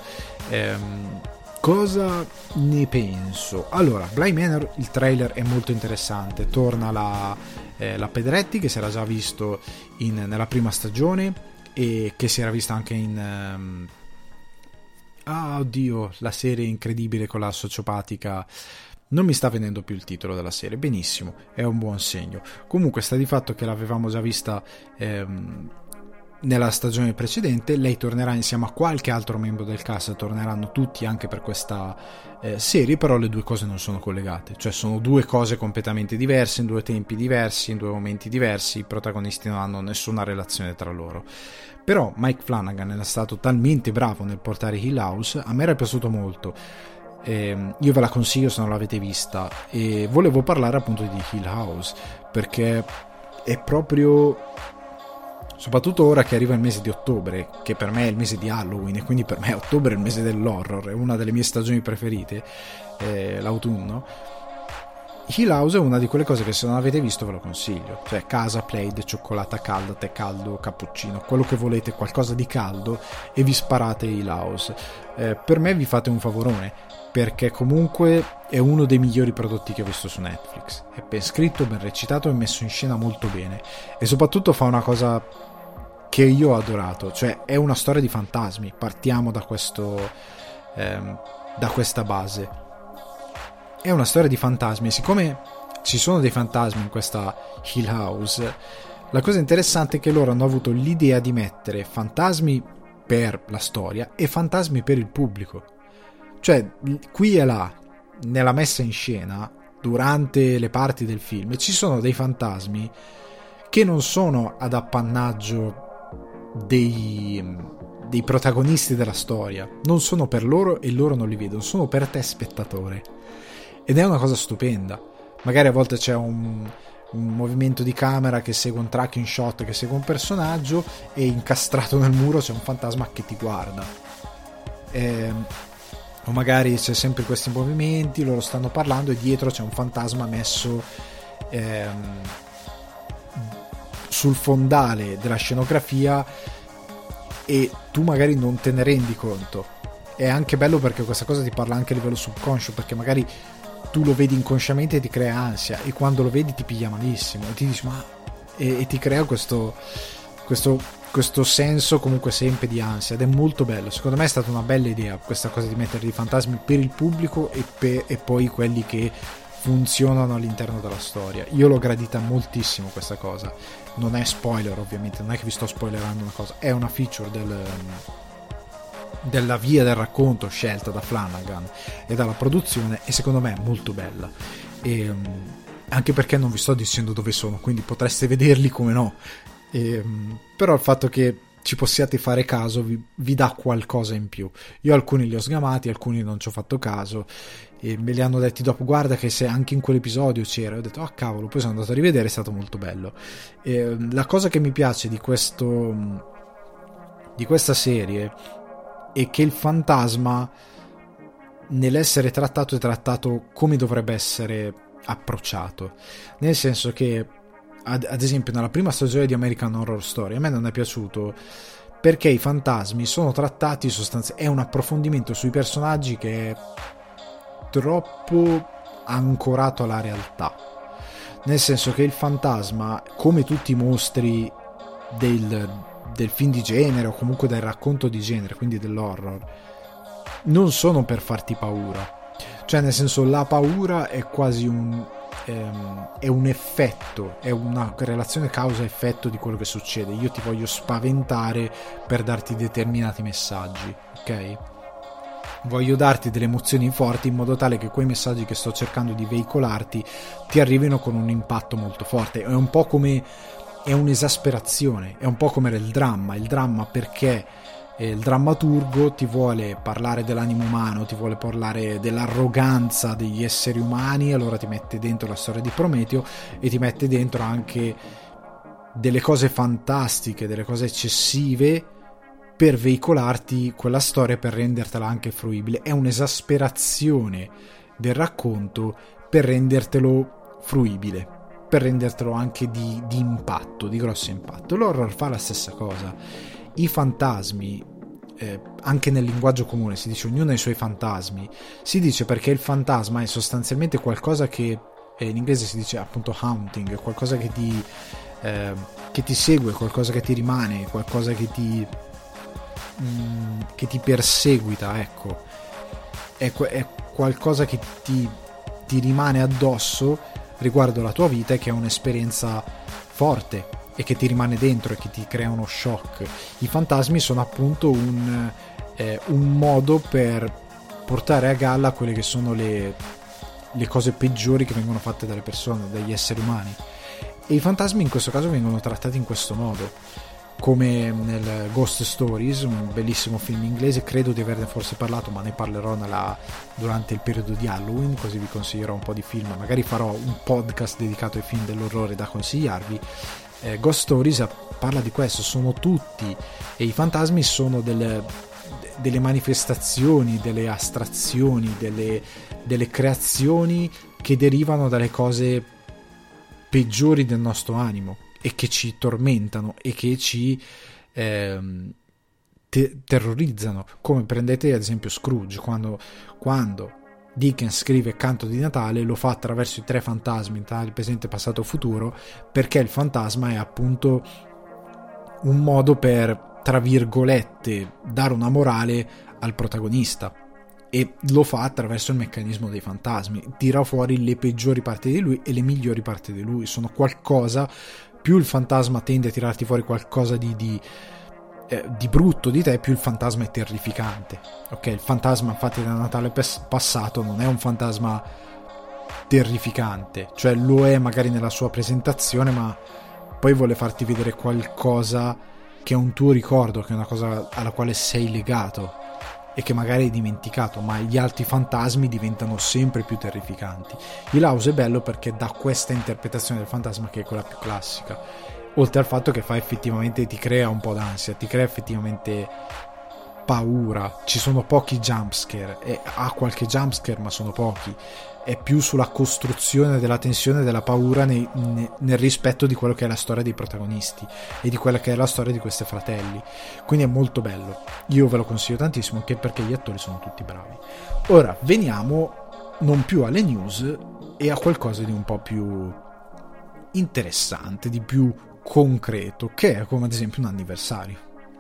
Cosa ne penso? Allora, Bly Manor, il trailer è molto interessante. Torna la Pedretti, che si era già visto nella prima stagione e che si era vista anche in la serie incredibile con la sociopatica. Non mi sta venendo più il titolo della serie. Benissimo, è un buon segno. Comunque sta di fatto che l'avevamo già vista nella stagione precedente. Lei tornerà insieme a qualche altro membro del cast, torneranno tutti anche per questa serie, però le due cose non sono collegate, cioè sono due cose completamente diverse, in due tempi diversi, in due momenti diversi. I protagonisti non hanno nessuna relazione tra loro. Però Mike Flanagan è stato talmente bravo nel portare Hill House, a me era piaciuto molto. Io ve la consiglio se non l'avete vista, e volevo parlare appunto di Hill House perché è proprio, soprattutto ora che arriva il mese di ottobre, che per me è il mese di Halloween, e quindi per me ottobre è il mese dell'horror, è una delle mie stagioni preferite, l'autunno. Hill House è una di quelle cose che se non avete visto ve lo consiglio, cioè casa, plaid, cioccolata calda, tè caldo, cappuccino, quello che volete, qualcosa di caldo, e vi sparate Hill House. Per me vi fate un favorone, perché comunque è uno dei migliori prodotti che ho visto su Netflix. È ben scritto, ben recitato e messo in scena molto bene, e soprattutto fa una cosa che io ho adorato, cioè è una storia di fantasmi. Partiamo da questa base. È una storia di fantasmi, e siccome ci sono dei fantasmi in questa Hill House, la cosa interessante è che loro hanno avuto l'idea di mettere fantasmi per la storia e fantasmi per il pubblico. Cioè, qui e là, nella messa in scena, durante le parti del film, ci sono dei fantasmi che non sono ad appannaggio dei protagonisti della storia, non sono per loro e loro non li vedono, sono per te spettatore, ed è una cosa stupenda. Magari a volte c'è un movimento di camera che segue un tracking shot, che segue un personaggio, e incastrato nel muro c'è un fantasma che ti guarda, o magari c'è sempre questi movimenti, loro stanno parlando e dietro c'è un fantasma messo sul fondale della scenografia e tu magari non te ne rendi conto. È anche bello perché questa cosa ti parla anche a livello subconscio, perché magari tu lo vedi inconsciamente e ti crea ansia, e quando lo vedi ti piglia malissimo e ti dici e ti crea questo senso comunque sempre di ansia, ed è molto bello. Secondo me è stata una bella idea questa cosa di mettere i fantasmi per il pubblico e poi quelli che funzionano all'interno della storia. Io l'ho gradita moltissimo questa cosa. Non è spoiler, ovviamente, non è che vi sto spoilerando una cosa, è una feature della via del racconto scelta da Flanagan e dalla produzione, e secondo me è molto bella. E anche perché non vi sto dicendo dove sono, quindi potreste vederli come no. Però il fatto che ci possiate fare caso, vi dà qualcosa in più. Io alcuni li ho sgamati, alcuni non ci ho fatto caso e me li hanno detti dopo, guarda che se anche in quell'episodio c'era, ho detto ah cavolo, poi sono andato a rivedere, è stato molto bello. La cosa che mi piace di questa serie è che il fantasma, nell'essere trattato, è trattato come dovrebbe essere approcciato, nel senso che ad esempio nella prima stagione di American Horror Story a me non è piaciuto perché i fantasmi sono trattati sostanzialmente, è un approfondimento sui personaggi che è troppo ancorato alla realtà, nel senso che il fantasma, come tutti i mostri del film di genere o comunque del racconto di genere, quindi dell'horror, non sono per farti paura, cioè nel senso la paura è quasi un effetto, è una relazione causa-effetto di quello che succede. Io ti voglio spaventare per darti determinati messaggi, ok? Voglio darti delle emozioni forti in modo tale che quei messaggi che sto cercando di veicolarti ti arrivino con un impatto molto forte. È un po' come, è un'esasperazione, è un po' come il dramma perché il drammaturgo ti vuole parlare dell'animo umano, ti vuole parlare dell'arroganza degli esseri umani, allora ti mette dentro la storia di Prometeo e ti mette dentro anche delle cose fantastiche, delle cose eccessive per veicolarti quella storia, per rendertela anche fruibile. È un'esasperazione del racconto per rendertelo fruibile, per rendertelo anche di impatto, di grosso impatto. L'horror fa la stessa cosa. I fantasmi, anche nel linguaggio comune si dice ognuno ha i suoi fantasmi, si dice perché il fantasma è sostanzialmente qualcosa che in inglese si dice appunto haunting, qualcosa che ti segue, qualcosa che ti rimane, qualcosa che ti perseguita, ecco, è qualcosa che ti rimane addosso riguardo la tua vita e che è un'esperienza forte e che ti rimane dentro e che ti crea uno shock. I fantasmi sono appunto un modo per portare a galla quelle che sono le cose peggiori che vengono fatte dalle persone, dagli esseri umani, e i fantasmi in questo caso vengono trattati in questo modo, come nel Ghost Stories, un bellissimo film inglese, credo di averne forse parlato, ma ne parlerò durante il periodo di Halloween, così vi consiglierò un po' di film, magari farò un podcast dedicato ai film dell'orrore da consigliarvi. Ghost Stories parla di questo, sono tutti, e i fantasmi sono delle manifestazioni, delle astrazioni, delle creazioni che derivano dalle cose peggiori del nostro animo e che ci tormentano e che ci terrorizzano. Come prendete ad esempio Scrooge, quando Dickens scrive Canto di Natale, lo fa attraverso i 3 fantasmi, Natale, presente, passato, futuro, perché il fantasma è appunto un modo per, tra virgolette, dare una morale al protagonista, e lo fa attraverso il meccanismo dei fantasmi, tira fuori le peggiori parti di lui e le migliori parti di lui. Sono qualcosa, più il fantasma tende a tirarti fuori qualcosa di brutto di te, più il fantasma è terrificante, ok? Il fantasma infatti da Natale passato non è un fantasma terrificante, cioè lo è magari nella sua presentazione, ma poi vuole farti vedere qualcosa che è un tuo ricordo, che è una cosa alla quale sei legato e che magari hai dimenticato, ma gli altri fantasmi diventano sempre più terrificanti. Il House è bello perché dà questa interpretazione del fantasma che è quella più classica, oltre al fatto che fa effettivamente, ti crea un po' d'ansia, ti crea effettivamente paura. Ci sono pochi jumpscare, e ha qualche jumpscare ma sono pochi, è più sulla costruzione della tensione e della paura nel rispetto di quello che è la storia dei protagonisti e di quella che è la storia di questi fratelli. Quindi è molto bello, io ve lo consiglio tantissimo, anche perché gli attori sono tutti bravi. Ora veniamo non più alle news e a qualcosa di un po' più interessante, di più concreto, che è come ad esempio un anniversario.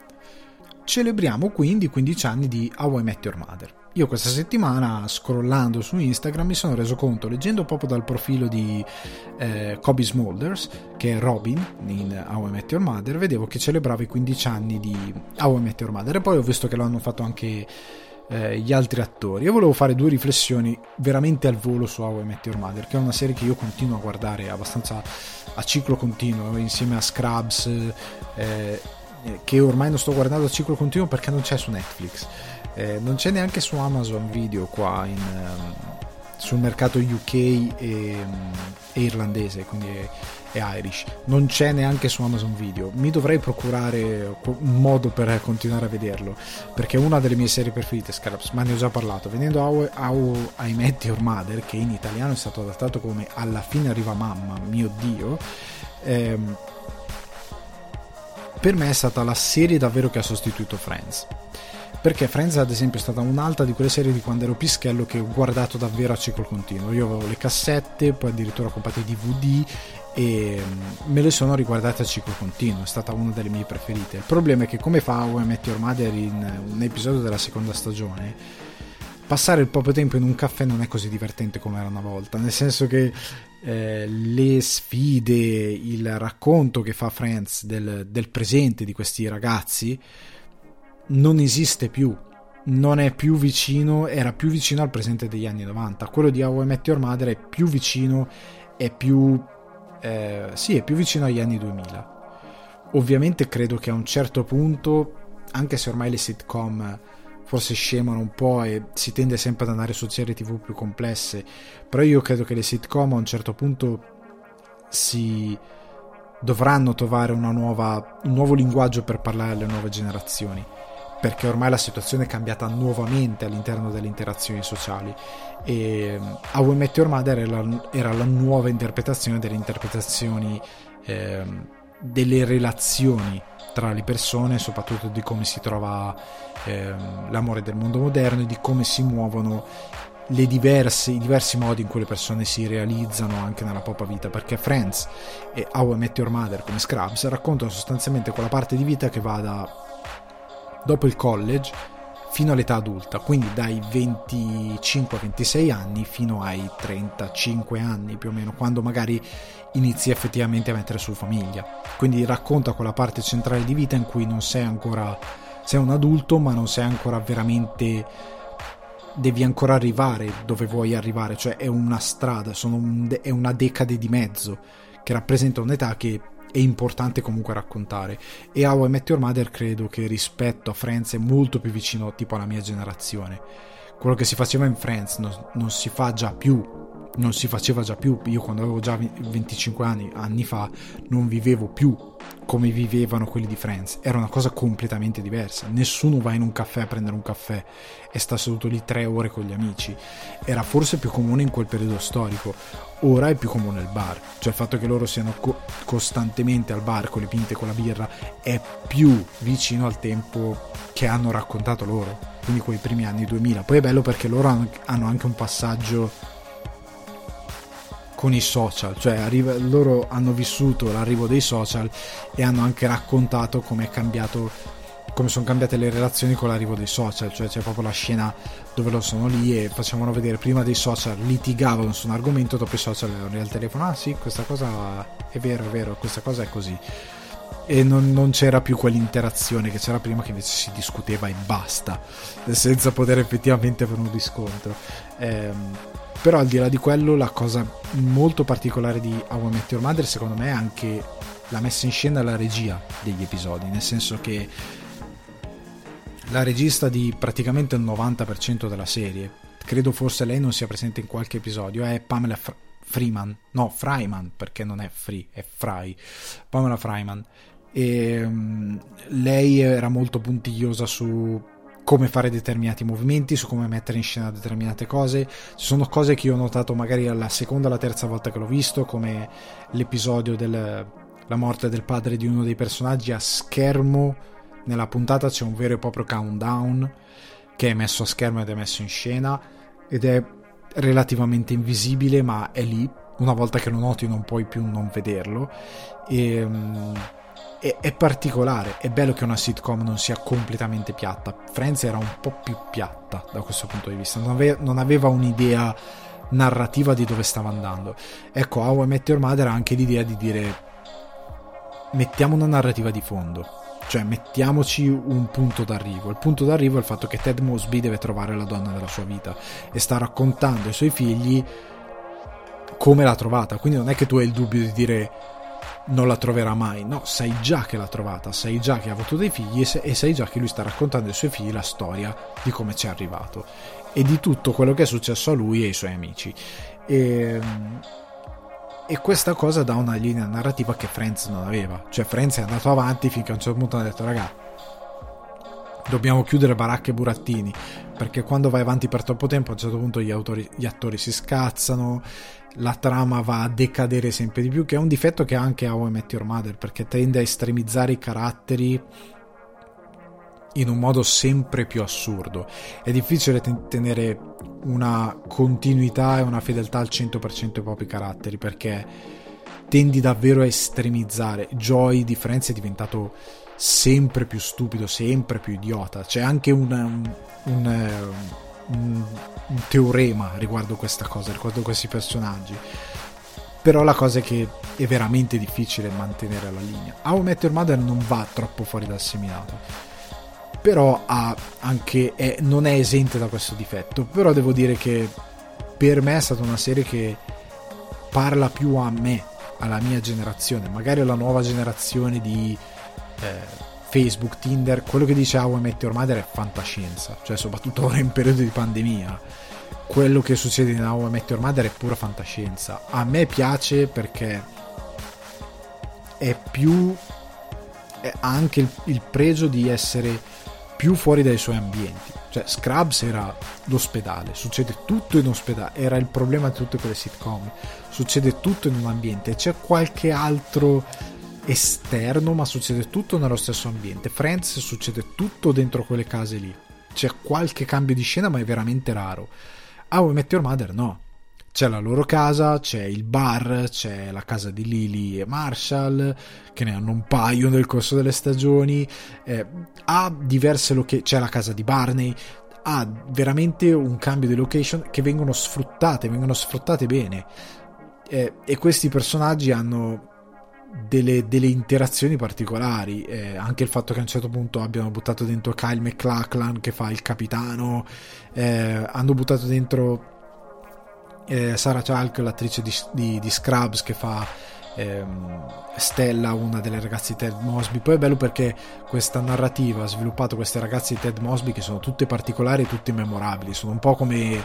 Celebriamo quindi 15 anni di How I Met Your Mother. Io questa settimana, scrollando su Instagram, mi sono reso conto, leggendo proprio dal profilo di Kobe Smulders, che è Robin in How I Met Your Mother, vedevo che celebrava i 15 anni di How I Met Your Mother, e poi ho visto che lo hanno fatto anche gli altri attori. Io volevo fare 2 riflessioni veramente al volo su How I Met Your Mother, che è una serie che io continuo a guardare abbastanza a ciclo continuo, insieme a Scrubs, che ormai non sto guardando a ciclo continuo perché non c'è su Netflix, non c'è neanche su Amazon Video qua sul mercato UK e irlandese, quindi è Irish, non c'è neanche su Amazon Video. Mi dovrei procurare un modo per continuare a vederlo, perché è una delle mie serie preferite, Scraps, ma ne ho già parlato. Venendo a How I Met Your Mother, che in italiano è stato adattato come Alla fine arriva mamma, mio Dio, per me è stata la serie davvero che ha sostituito Friends, perché Friends ad esempio è stata un'altra di quelle serie di quando ero pischello che ho guardato davvero a ciclo continuo. Io avevo le cassette, poi addirittura ho comprato i DVD e me le sono riguardate a ciclo continuo, è stata una delle mie preferite. Il problema è che, come fa How I Met Your Mother in un episodio della seconda stagione, passare il proprio tempo in un caffè non è così divertente come era una volta, nel senso che le sfide, il racconto che fa Friends del presente di questi ragazzi non esiste più, non è più vicino, era più vicino al presente degli anni 90. Quello di How I Met Your Mother è più vicino, è più vicino agli anni 2000. Ovviamente credo che a un certo punto, anche se ormai le sitcom forse scemano un po' e si tende sempre ad andare su serie TV più complesse, però io credo che le sitcom a un certo punto si dovranno trovare un nuovo linguaggio per parlare alle nuove generazioni, perché ormai la situazione è cambiata nuovamente all'interno delle interazioni sociali, e How I Met Your Mother era la nuova interpretazione delle interpretazioni delle relazioni tra le persone, soprattutto di come si trova l'amore del mondo moderno e di come si muovono i diversi modi in cui le persone si realizzano anche nella propria vita, perché Friends e How I Met Your Mother, come Scrubs, raccontano sostanzialmente quella parte di vita che va dopo il college fino all'età adulta, quindi dai 25-26 anni fino ai 35 anni più o meno, quando magari inizi effettivamente a mettere su famiglia. Quindi racconta quella parte centrale di vita in cui non sei un adulto, ma non sei ancora veramente, devi ancora arrivare dove vuoi arrivare, cioè è una strada, è una decade di mezzo che rappresenta un'età che è importante comunque raccontare. E How I Met Your Mother credo che rispetto a Friends è molto più vicino tipo alla mia generazione. Quello che si faceva in Friends non si faceva già più. Io quando avevo già 25 anni fa non vivevo più come vivevano quelli di Friends, era una cosa completamente diversa. Nessuno va in un caffè a prendere un caffè e sta seduto lì 3 ore con gli amici. Era forse più comune in quel periodo storico, ora è più comune il bar, cioè il fatto che loro siano costantemente al bar con le pinte, con la birra, è più vicino al tempo che hanno raccontato loro, quindi quei primi anni 2000. Poi è bello perché loro hanno anche un passaggio con i social, cioè loro hanno vissuto l'arrivo dei social e hanno anche raccontato come sono cambiate le relazioni con l'arrivo dei social, cioè c'è proprio la scena dove loro sono lì e facevano vedere prima dei social, litigavano su un argomento, dopo i social avevano al telefono, ah sì, questa cosa è vero, questa cosa è così, e non c'era più quell'interazione che c'era prima, che invece si discuteva e basta, senza poter effettivamente avere un riscontro. Però al di là di quello, la cosa molto particolare di How I Met Your Mother secondo me è anche la messa in scena e la regia degli episodi, nel senso che la regista di praticamente il 90% della serie, credo forse lei non sia presente in qualche episodio, è Pamela Fryman, perché non è Free, è Fry, Pamela Fryman, e lei era molto puntigliosa su come fare determinati movimenti, su come mettere in scena determinate cose. Ci sono cose che io ho notato magari alla seconda o la terza volta che l'ho visto, come l'episodio della morte del padre di uno dei personaggi. A schermo nella puntata c'è un vero e proprio countdown che è messo a schermo ed è messo in scena, ed è relativamente invisibile, ma è lì. Una volta che lo noti non puoi più non vederlo, è particolare. È bello che una sitcom non sia completamente piatta. Friends era un po' più piatta da questo punto di vista, non aveva un'idea narrativa di dove stava andando. Ecco, How I Met Your Mother ha anche l'idea di dire: mettiamo una narrativa di fondo, cioè mettiamoci un punto d'arrivo. Il punto d'arrivo è il fatto che Ted Mosby deve trovare la donna della sua vita e sta raccontando ai suoi figli come l'ha trovata, quindi non è che tu hai il dubbio di dire non la troverà mai. No, sai già che l'ha trovata, sai già che ha avuto dei figli e sai già che lui sta raccontando ai suoi figli la storia di come ci è arrivato e di tutto quello che è successo a lui e ai suoi amici. E questa cosa dà una linea narrativa che Friends non aveva. Cioè Friends è andato avanti finché a un certo punto hanno detto: raga, dobbiamo chiudere baracche e burattini, perché quando vai avanti per troppo tempo a un certo punto gli attori si scazzano, la trama va a decadere sempre di più, che è un difetto che ha anche How I Met Your Mother, perché tende a estremizzare i caratteri in un modo sempre più assurdo. È difficile tenere una continuità e una fedeltà al 100% ai propri caratteri, perché tendi davvero a estremizzare. Joey di Friends è diventato sempre più stupido, sempre più idiota. C'è anche un teorema riguardo questa cosa, riguardo questi personaggi. Però la cosa è che è veramente difficile mantenere la linea. How I Met Your Mother non va troppo fuori dal seminato, però non è esente da questo difetto. Però devo dire che per me è stata una serie che parla più a me, alla mia generazione, magari alla nuova generazione di Facebook, Tinder. Quello che dice How I Met Your Mother è fantascienza, cioè soprattutto ora in periodo di pandemia quello che succede in How I Met Your Mother è pura fantascienza. A me piace perché ha anche il pregio di essere più fuori dai suoi ambienti. Cioè Scrubs era l'ospedale, succede tutto in ospedale, era il problema di tutte quelle sitcom, succede tutto in un ambiente, c'è qualche altro esterno ma succede tutto nello stesso ambiente. Friends succede tutto dentro quelle case lì, c'è qualche cambio di scena ma è veramente raro. How I Met Your Mother no, c'è la loro casa, c'è il bar, c'è la casa di Lily e Marshall, che ne hanno un paio nel corso delle stagioni, ha diverse c'è la casa di Barney, ha veramente un cambio di location che vengono sfruttate bene, e questi personaggi hanno delle interazioni particolari, anche il fatto che a un certo punto abbiano buttato dentro Kyle MacLachlan che fa il capitano, hanno buttato dentro Sarah Chalk, l'attrice di Scrubs, che fa Stella, una delle ragazze di Ted Mosby. Poi è bello perché questa narrativa ha sviluppato queste ragazze di Ted Mosby che sono tutte particolari e tutte memorabili, sono un po' come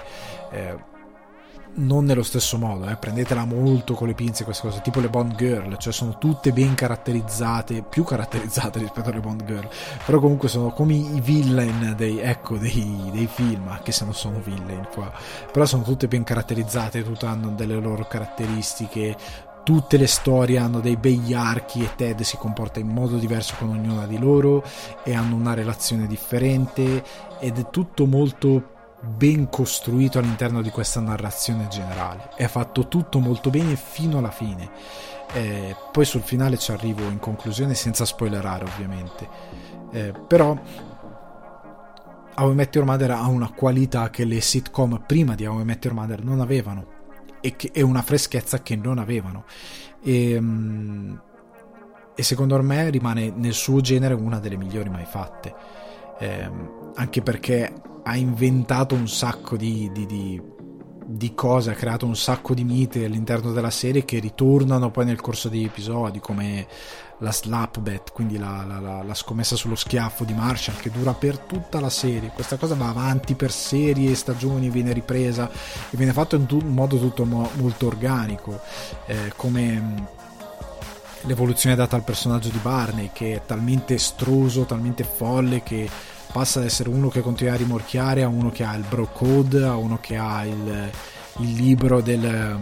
non nello stesso modo, prendetela molto con le pinze queste cose, tipo le Bond Girl, cioè sono tutte ben caratterizzate, più caratterizzate rispetto alle Bond Girl, però comunque sono come i villain dei film, anche se non sono villain qua, però sono tutte ben caratterizzate, tutte hanno delle loro caratteristiche, tutte le storie hanno dei begli archi e Ted si comporta in modo diverso con ognuna di loro e hanno una relazione differente, ed è tutto molto ben costruito all'interno di questa narrazione generale. È fatto tutto molto bene fino alla fine, poi sul finale ci arrivo in conclusione senza spoilerare ovviamente, però How I Met Your Mother ha una qualità che le sitcom prima di How I Met Your Mother non avevano, e una freschezza che non avevano, e secondo me rimane nel suo genere una delle migliori mai fatte, anche perché ha inventato un sacco di cose, ha creato un sacco di miti all'interno della serie che ritornano poi nel corso degli episodi, come la slap bet, quindi la scommessa sullo schiaffo di Marshall, che dura per tutta la serie. Questa cosa va avanti per serie e stagioni, viene ripresa e viene fatto in un modo tutto molto organico, come l'evoluzione data al personaggio di Barney, che è talmente estroso, talmente folle, che passa ad essere uno che continua a rimorchiare a uno che ha il bro code, a uno che ha il libro il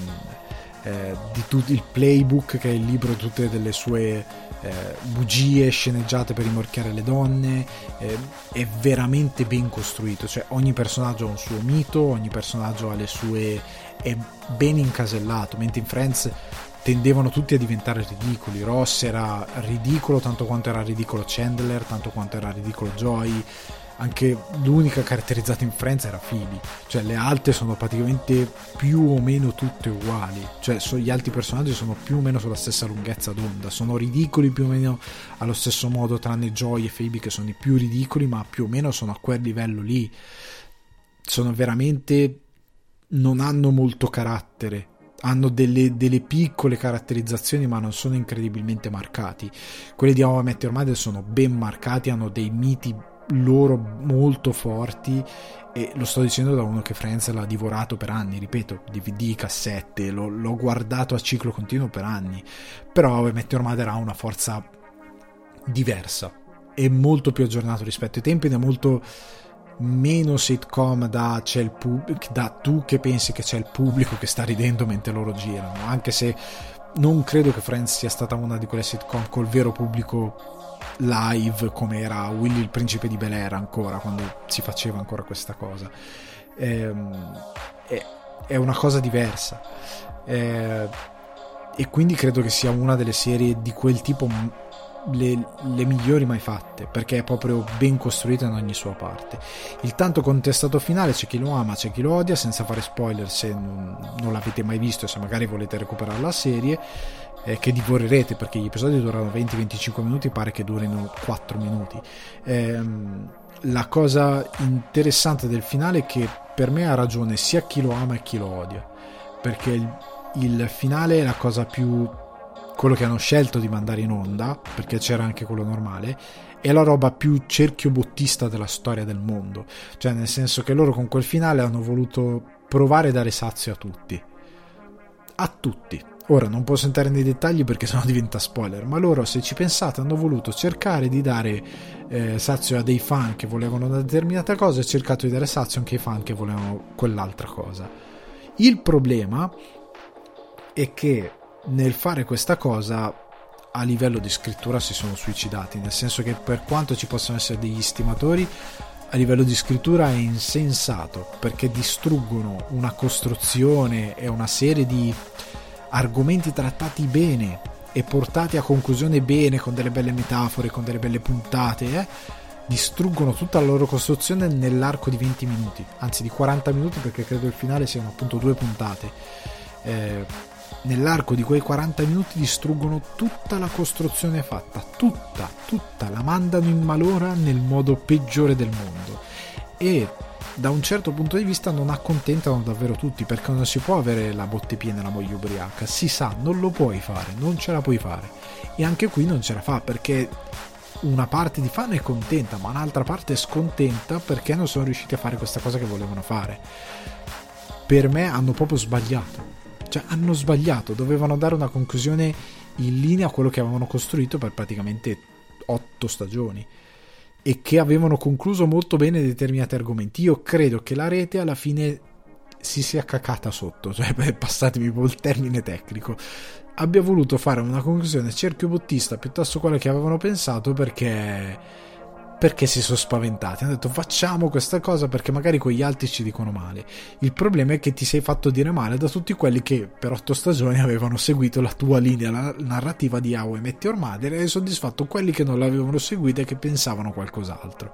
playbook, che è il libro di tutte delle sue bugie sceneggiate per rimorchiare le donne. È veramente ben costruito, cioè ogni personaggio ha un suo mito, ogni personaggio ha le sue, è ben incasellato, mentre in Friends tendevano tutti a diventare ridicoli. Ross era ridicolo tanto quanto era ridicolo Chandler, tanto quanto era ridicolo Joey. Anche l'unica caratterizzata in Friends era Phoebe, cioè le altre sono praticamente più o meno tutte uguali, cioè gli altri personaggi sono più o meno sulla stessa lunghezza d'onda, sono ridicoli più o meno allo stesso modo, tranne Joey e Phoebe che sono i più ridicoli, ma più o meno sono a quel livello lì. Sono veramente, non hanno molto carattere, hanno delle piccole caratterizzazioni, ma non sono incredibilmente marcati. Quelli di How I Met Your Mother sono ben marcati, hanno dei miti loro molto forti, e lo sto dicendo da uno che Friends l'ha divorato per anni, ripeto, DVD, cassette, l'ho guardato a ciclo continuo per anni. Però How I Met Your Mother ha una forza diversa, è molto più aggiornato rispetto ai tempi ed è molto meno sitcom da tu che pensi che c'è il pubblico che sta ridendo mentre loro girano, anche se non credo che Friends sia stata una di quelle sitcom col vero pubblico live come era Willy il principe di Bel-Air, ancora quando si faceva ancora questa cosa. È una cosa diversa, e quindi credo che sia una delle serie di quel tipo le migliori mai fatte, perché è proprio ben costruita in ogni sua parte. Il tanto contestato finale, c'è chi lo ama, c'è chi lo odia, senza fare spoiler se non l'avete mai visto, se magari volete recuperare la serie, che divorerete, perché gli episodi durano 20-25 minuti, pare che durino 4 minuti. La cosa interessante del finale è che per me ha ragione sia chi lo ama e chi lo odia, perché il finale è la cosa più, quello che hanno scelto di mandare in onda, perché c'era anche quello normale, è la roba più cerchio bottista della storia del mondo, cioè nel senso che loro con quel finale hanno voluto provare a dare sazio a tutti. Ora non posso entrare nei dettagli perché sennò diventa spoiler, ma loro, se ci pensate, hanno voluto cercare di dare sazio a dei fan che volevano una determinata cosa, e cercato di dare sazio anche ai fan che volevano quell'altra cosa. Il problema è che nel fare questa cosa a livello di scrittura si sono suicidati, nel senso che per quanto ci possano essere degli stimatori, a livello di scrittura è insensato, perché distruggono una costruzione e una serie di argomenti trattati bene e portati a conclusione bene, con delle belle metafore, con delle belle puntate, distruggono tutta la loro costruzione nell'arco di 20 minuti, anzi di 40 minuti, perché credo il finale siano appunto 2 puntate. Nell'arco di quei 40 minuti distruggono tutta la costruzione fatta, tutta, la mandano in malora nel modo peggiore del mondo, e da un certo punto di vista non accontentano davvero tutti, perché non si può avere la botte piena e la moglie ubriaca, si sa, non lo puoi fare, non ce la puoi fare, e anche qui non ce la fa, perché una parte di fan è contenta ma un'altra parte è scontenta perché non sono riusciti a fare questa cosa che volevano fare. Per me hanno proprio sbagliato, cioè hanno sbagliato, dovevano dare una conclusione in linea a quello che avevano costruito per praticamente 8 stagioni, e che avevano concluso molto bene determinati argomenti. Io credo che la rete alla fine si sia cacata sotto, cioè passatemi il termine tecnico, abbia voluto fare una conclusione cerchiobottista piuttosto quella che avevano pensato, perché si sono spaventati, hanno detto facciamo questa cosa perché magari con gli altri ci dicono male. Il problema è che ti sei fatto dire male da tutti quelli che per 8 stagioni avevano seguito la tua linea narrativa di How I Met Your Mother, e hai soddisfatto quelli che non l'avevano seguita e che pensavano qualcos'altro.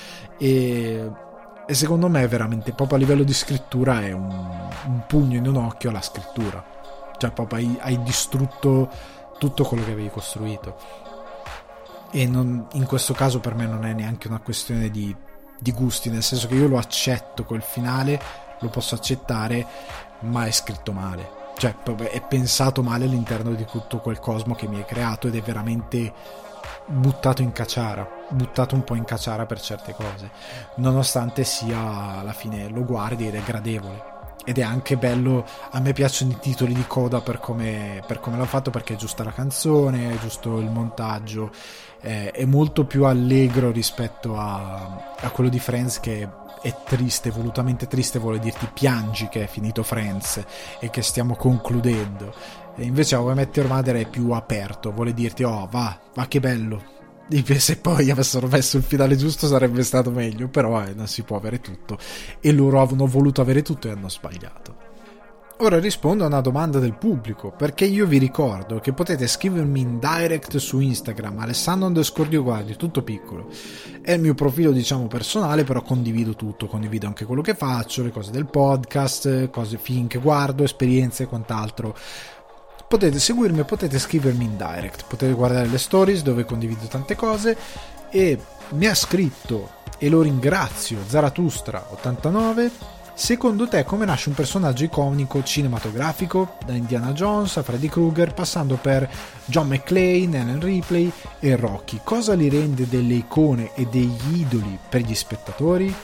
E secondo me veramente, proprio a livello di scrittura, è un pugno in un occhio alla scrittura, cioè proprio hai distrutto tutto quello che avevi costruito. E in questo caso per me non è neanche una questione di gusti, nel senso che io lo accetto quel finale, lo posso accettare, ma è scritto male, cioè è pensato male all'interno di tutto quel cosmo che mi hai creato, ed è veramente buttato un po' in caciara per certe cose, nonostante sia, alla fine lo guardi ed è gradevole. Ed è anche bello, a me piacciono i titoli di coda per come l'hanno fatto, perché è giusta la canzone, è giusto il montaggio, è molto più allegro rispetto a quello di Friends, che è triste, volutamente triste, vuole dirti piangi che è finito Friends e che stiamo concludendo. E invece How I Met Your Mother è più aperto, vuole dirti oh va che bello. Se poi avessero messo il finale giusto sarebbe stato meglio, però non si può avere tutto, e loro hanno voluto avere tutto e hanno sbagliato. Ora rispondo a una domanda del pubblico, perché io vi ricordo che potete scrivermi in direct su Instagram, Alessandro_Dioguardi, tutto piccolo. È il mio profilo diciamo personale, però condivido tutto, condivido anche quello che faccio, le cose del podcast, film che guardo, esperienze e quant'altro. Potete seguirmi, potete scrivermi in direct, potete guardare le stories dove condivido tante cose, e mi ha scritto, e lo ringrazio, Zaratustra89, Secondo te come nasce un personaggio iconico cinematografico, da Indiana Jones a Freddy Krueger passando per John McClane, Ellen Ripley e Rocky? Cosa li rende delle icone e degli idoli per gli spettatori?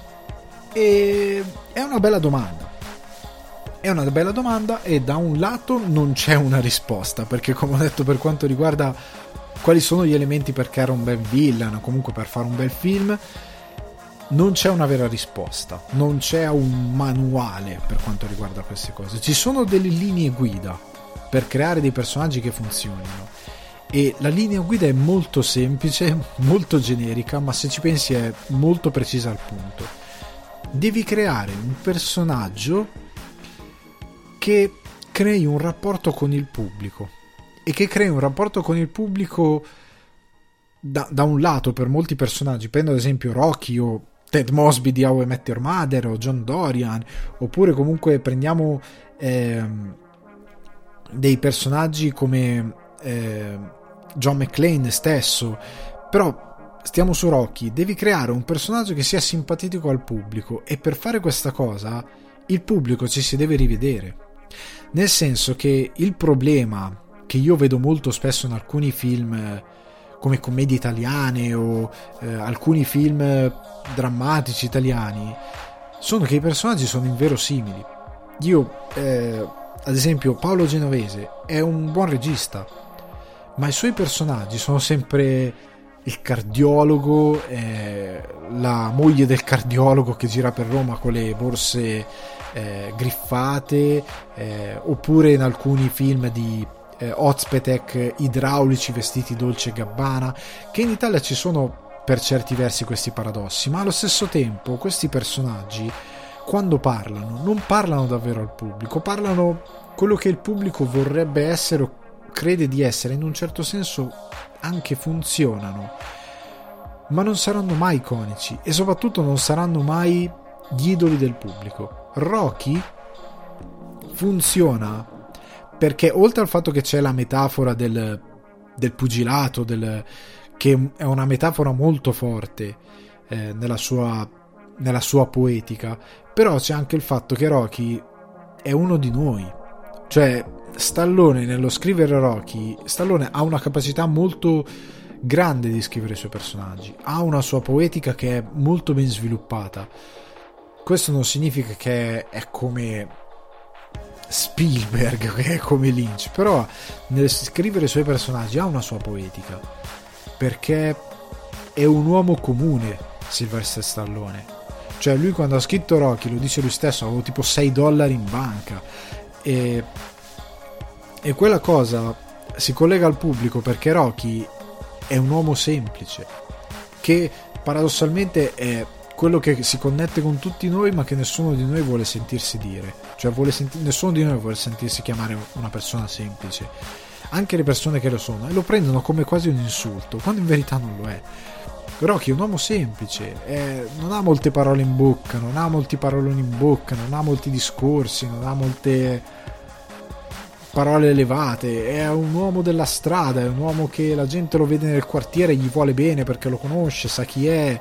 E è una bella domanda. È una bella domanda e da un lato non c'è una risposta, perché come ho detto, per quanto riguarda quali sono gli elementi per creare un bel villain o comunque per fare un bel film, non c'è una vera risposta, non c'è un manuale per quanto riguarda queste cose. Ci sono delle linee guida per creare dei personaggi che funzionino e la linea guida è molto semplice, molto generica, ma se ci pensi è molto precisa al punto. Devi creare un personaggio che crei un rapporto con il pubblico e che crei un rapporto con il pubblico da un lato per molti personaggi. Prendo ad esempio Rocky o Ted Mosby di How I Met Your Mother o John Dorian, oppure comunque prendiamo dei personaggi come John McClane stesso. Però stiamo su Rocky, devi creare un personaggio che sia simpatico al pubblico e per fare questa cosa il pubblico ci si deve rivedere, nel senso che il problema che io vedo molto spesso in alcuni film come commedie italiane o alcuni film drammatici italiani sono che i personaggi sono inverosimili. Io ad esempio Paolo Genovese è un buon regista, ma i suoi personaggi sono sempre il cardiologo, la moglie del cardiologo che gira per Roma con le borse griffate, oppure in alcuni film di Ozpetek idraulici vestiti Dolce & Gabbana, che in Italia ci sono per certi versi questi paradossi, ma allo stesso tempo questi personaggi quando parlano non parlano davvero al pubblico, parlano quello che il pubblico vorrebbe essere o crede di essere, in un certo senso anche funzionano, ma non saranno mai iconici e soprattutto non saranno mai gli idoli del pubblico. Rocky funziona perché oltre al fatto che c'è la metafora del pugilato, che è una metafora molto forte nella sua poetica, però c'è anche il fatto che Rocky è uno di noi. Cioè Stallone nello scrivere Rocky, Stallone ha una capacità molto grande di scrivere i suoi personaggi, ha una sua poetica che è molto ben sviluppata. Questo non significa che è come Spielberg, che è come Lynch, però nel scrivere i suoi personaggi ha una sua poetica, perché è un uomo comune Sylvester Stallone. Cioè lui quando ha scritto Rocky, lo dice lui stesso, avevo tipo $6 in banca e quella cosa si collega al pubblico perché Rocky è un uomo semplice che paradossalmente è quello che si connette con tutti noi, ma che nessuno di noi vuole sentirsi dire. Cioè nessuno di noi vuole sentirsi chiamare una persona semplice, anche le persone che lo sono, e lo prendono come quasi un insulto, quando in verità non lo è. Rocky è un uomo semplice, non ha molte parole in bocca, non ha molti paroloni in bocca, non ha molti discorsi, non ha molte parole elevate, è un uomo della strada, è un uomo che la gente lo vede nel quartiere e gli vuole bene perché lo conosce, sa chi è,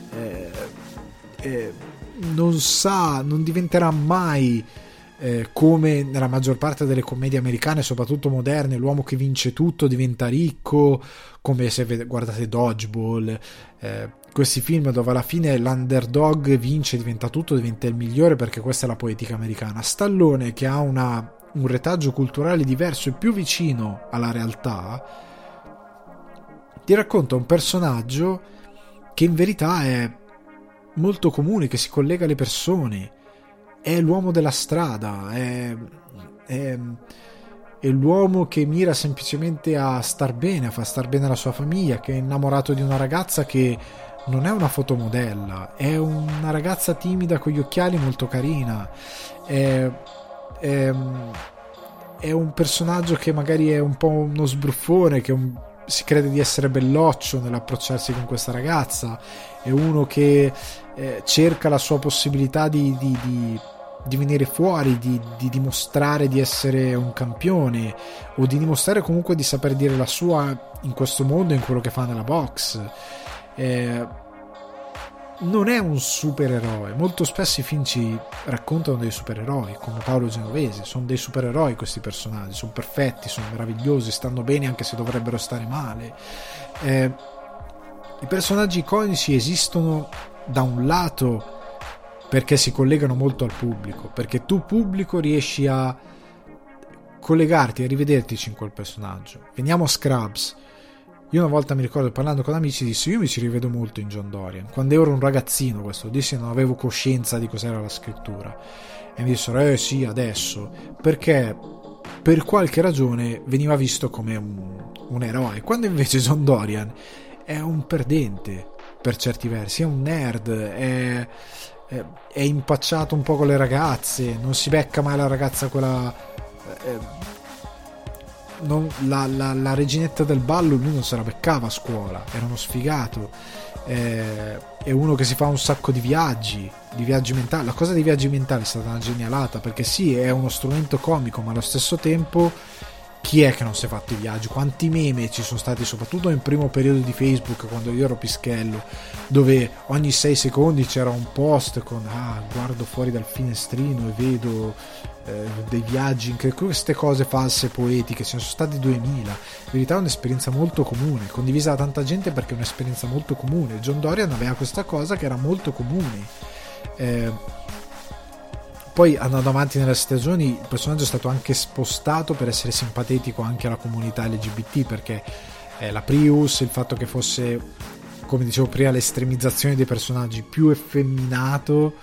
non diventerà mai come nella maggior parte delle commedie americane, soprattutto moderne, l'uomo che vince tutto, diventa ricco, come se guardate Dodgeball, questi film dove alla fine l'underdog vince, diventa tutto, diventa il migliore, perché questa è la poetica americana. Stallone, che ha un retaggio culturale diverso e più vicino alla realtà, ti racconta un personaggio che in verità è molto comune, che si collega alle persone, è l'uomo della strada, è l'uomo che mira semplicemente a star bene, a far star bene la sua famiglia, che è innamorato di una ragazza che non è una fotomodella, è una ragazza timida con gli occhiali, molto carina, è un personaggio che magari è un po' uno sbruffone, che si crede di essere belloccio nell'approcciarsi con questa ragazza, è uno che cerca la sua possibilità di venire fuori, di dimostrare di essere un campione, o di dimostrare comunque di saper dire la sua in questo mondo, in quello che fa nella box. non è un supereroe. Molto spesso i film ci raccontano dei supereroi, come Paolo Genovese. Sono dei supereroi questi personaggi, sono perfetti, sono meravigliosi, stanno bene anche se dovrebbero stare male. I personaggi iconici esistono da un lato perché si collegano molto al pubblico, perché tu pubblico riesci a collegarti, a rivedertici in quel personaggio. Veniamo a Scrubs. Io una volta mi ricordo, parlando con amici, dissi: io mi ci rivedo molto in John Dorian. Quando ero un ragazzino, questo dissi, non avevo coscienza di cos'era la scrittura, e mi dissero sì, adesso, perché per qualche ragione veniva visto come un eroe, quando invece John Dorian è un perdente per certi versi, è un nerd, è impacciato un po' con le ragazze, non si becca mai la ragazza quella la reginetta del ballo, lui non se la beccava a scuola, era uno sfigato, è uno che si fa un sacco di viaggi mentali. La cosa dei viaggi mentali è stata una genialata, perché sì, è uno strumento comico, ma allo stesso tempo chi è che non si è fatto i viaggi? Quanti meme ci sono stati, soprattutto nel primo periodo di Facebook, quando io ero pischello, dove ogni 6 secondi c'era un post con guardo fuori dal finestrino e vedo dei viaggi, queste cose false poetiche, ce ne sono stati 2000. In verità è un'esperienza molto comune, condivisa da tanta gente, perché è un'esperienza molto comune. John Dorian aveva questa cosa che era molto comune. Poi andando avanti nelle stagioni, il personaggio è stato anche spostato per essere simpatico anche alla comunità LGBT, perché la Prius, il fatto che fosse, come dicevo prima, l'estremizzazione dei personaggi, più effeminato,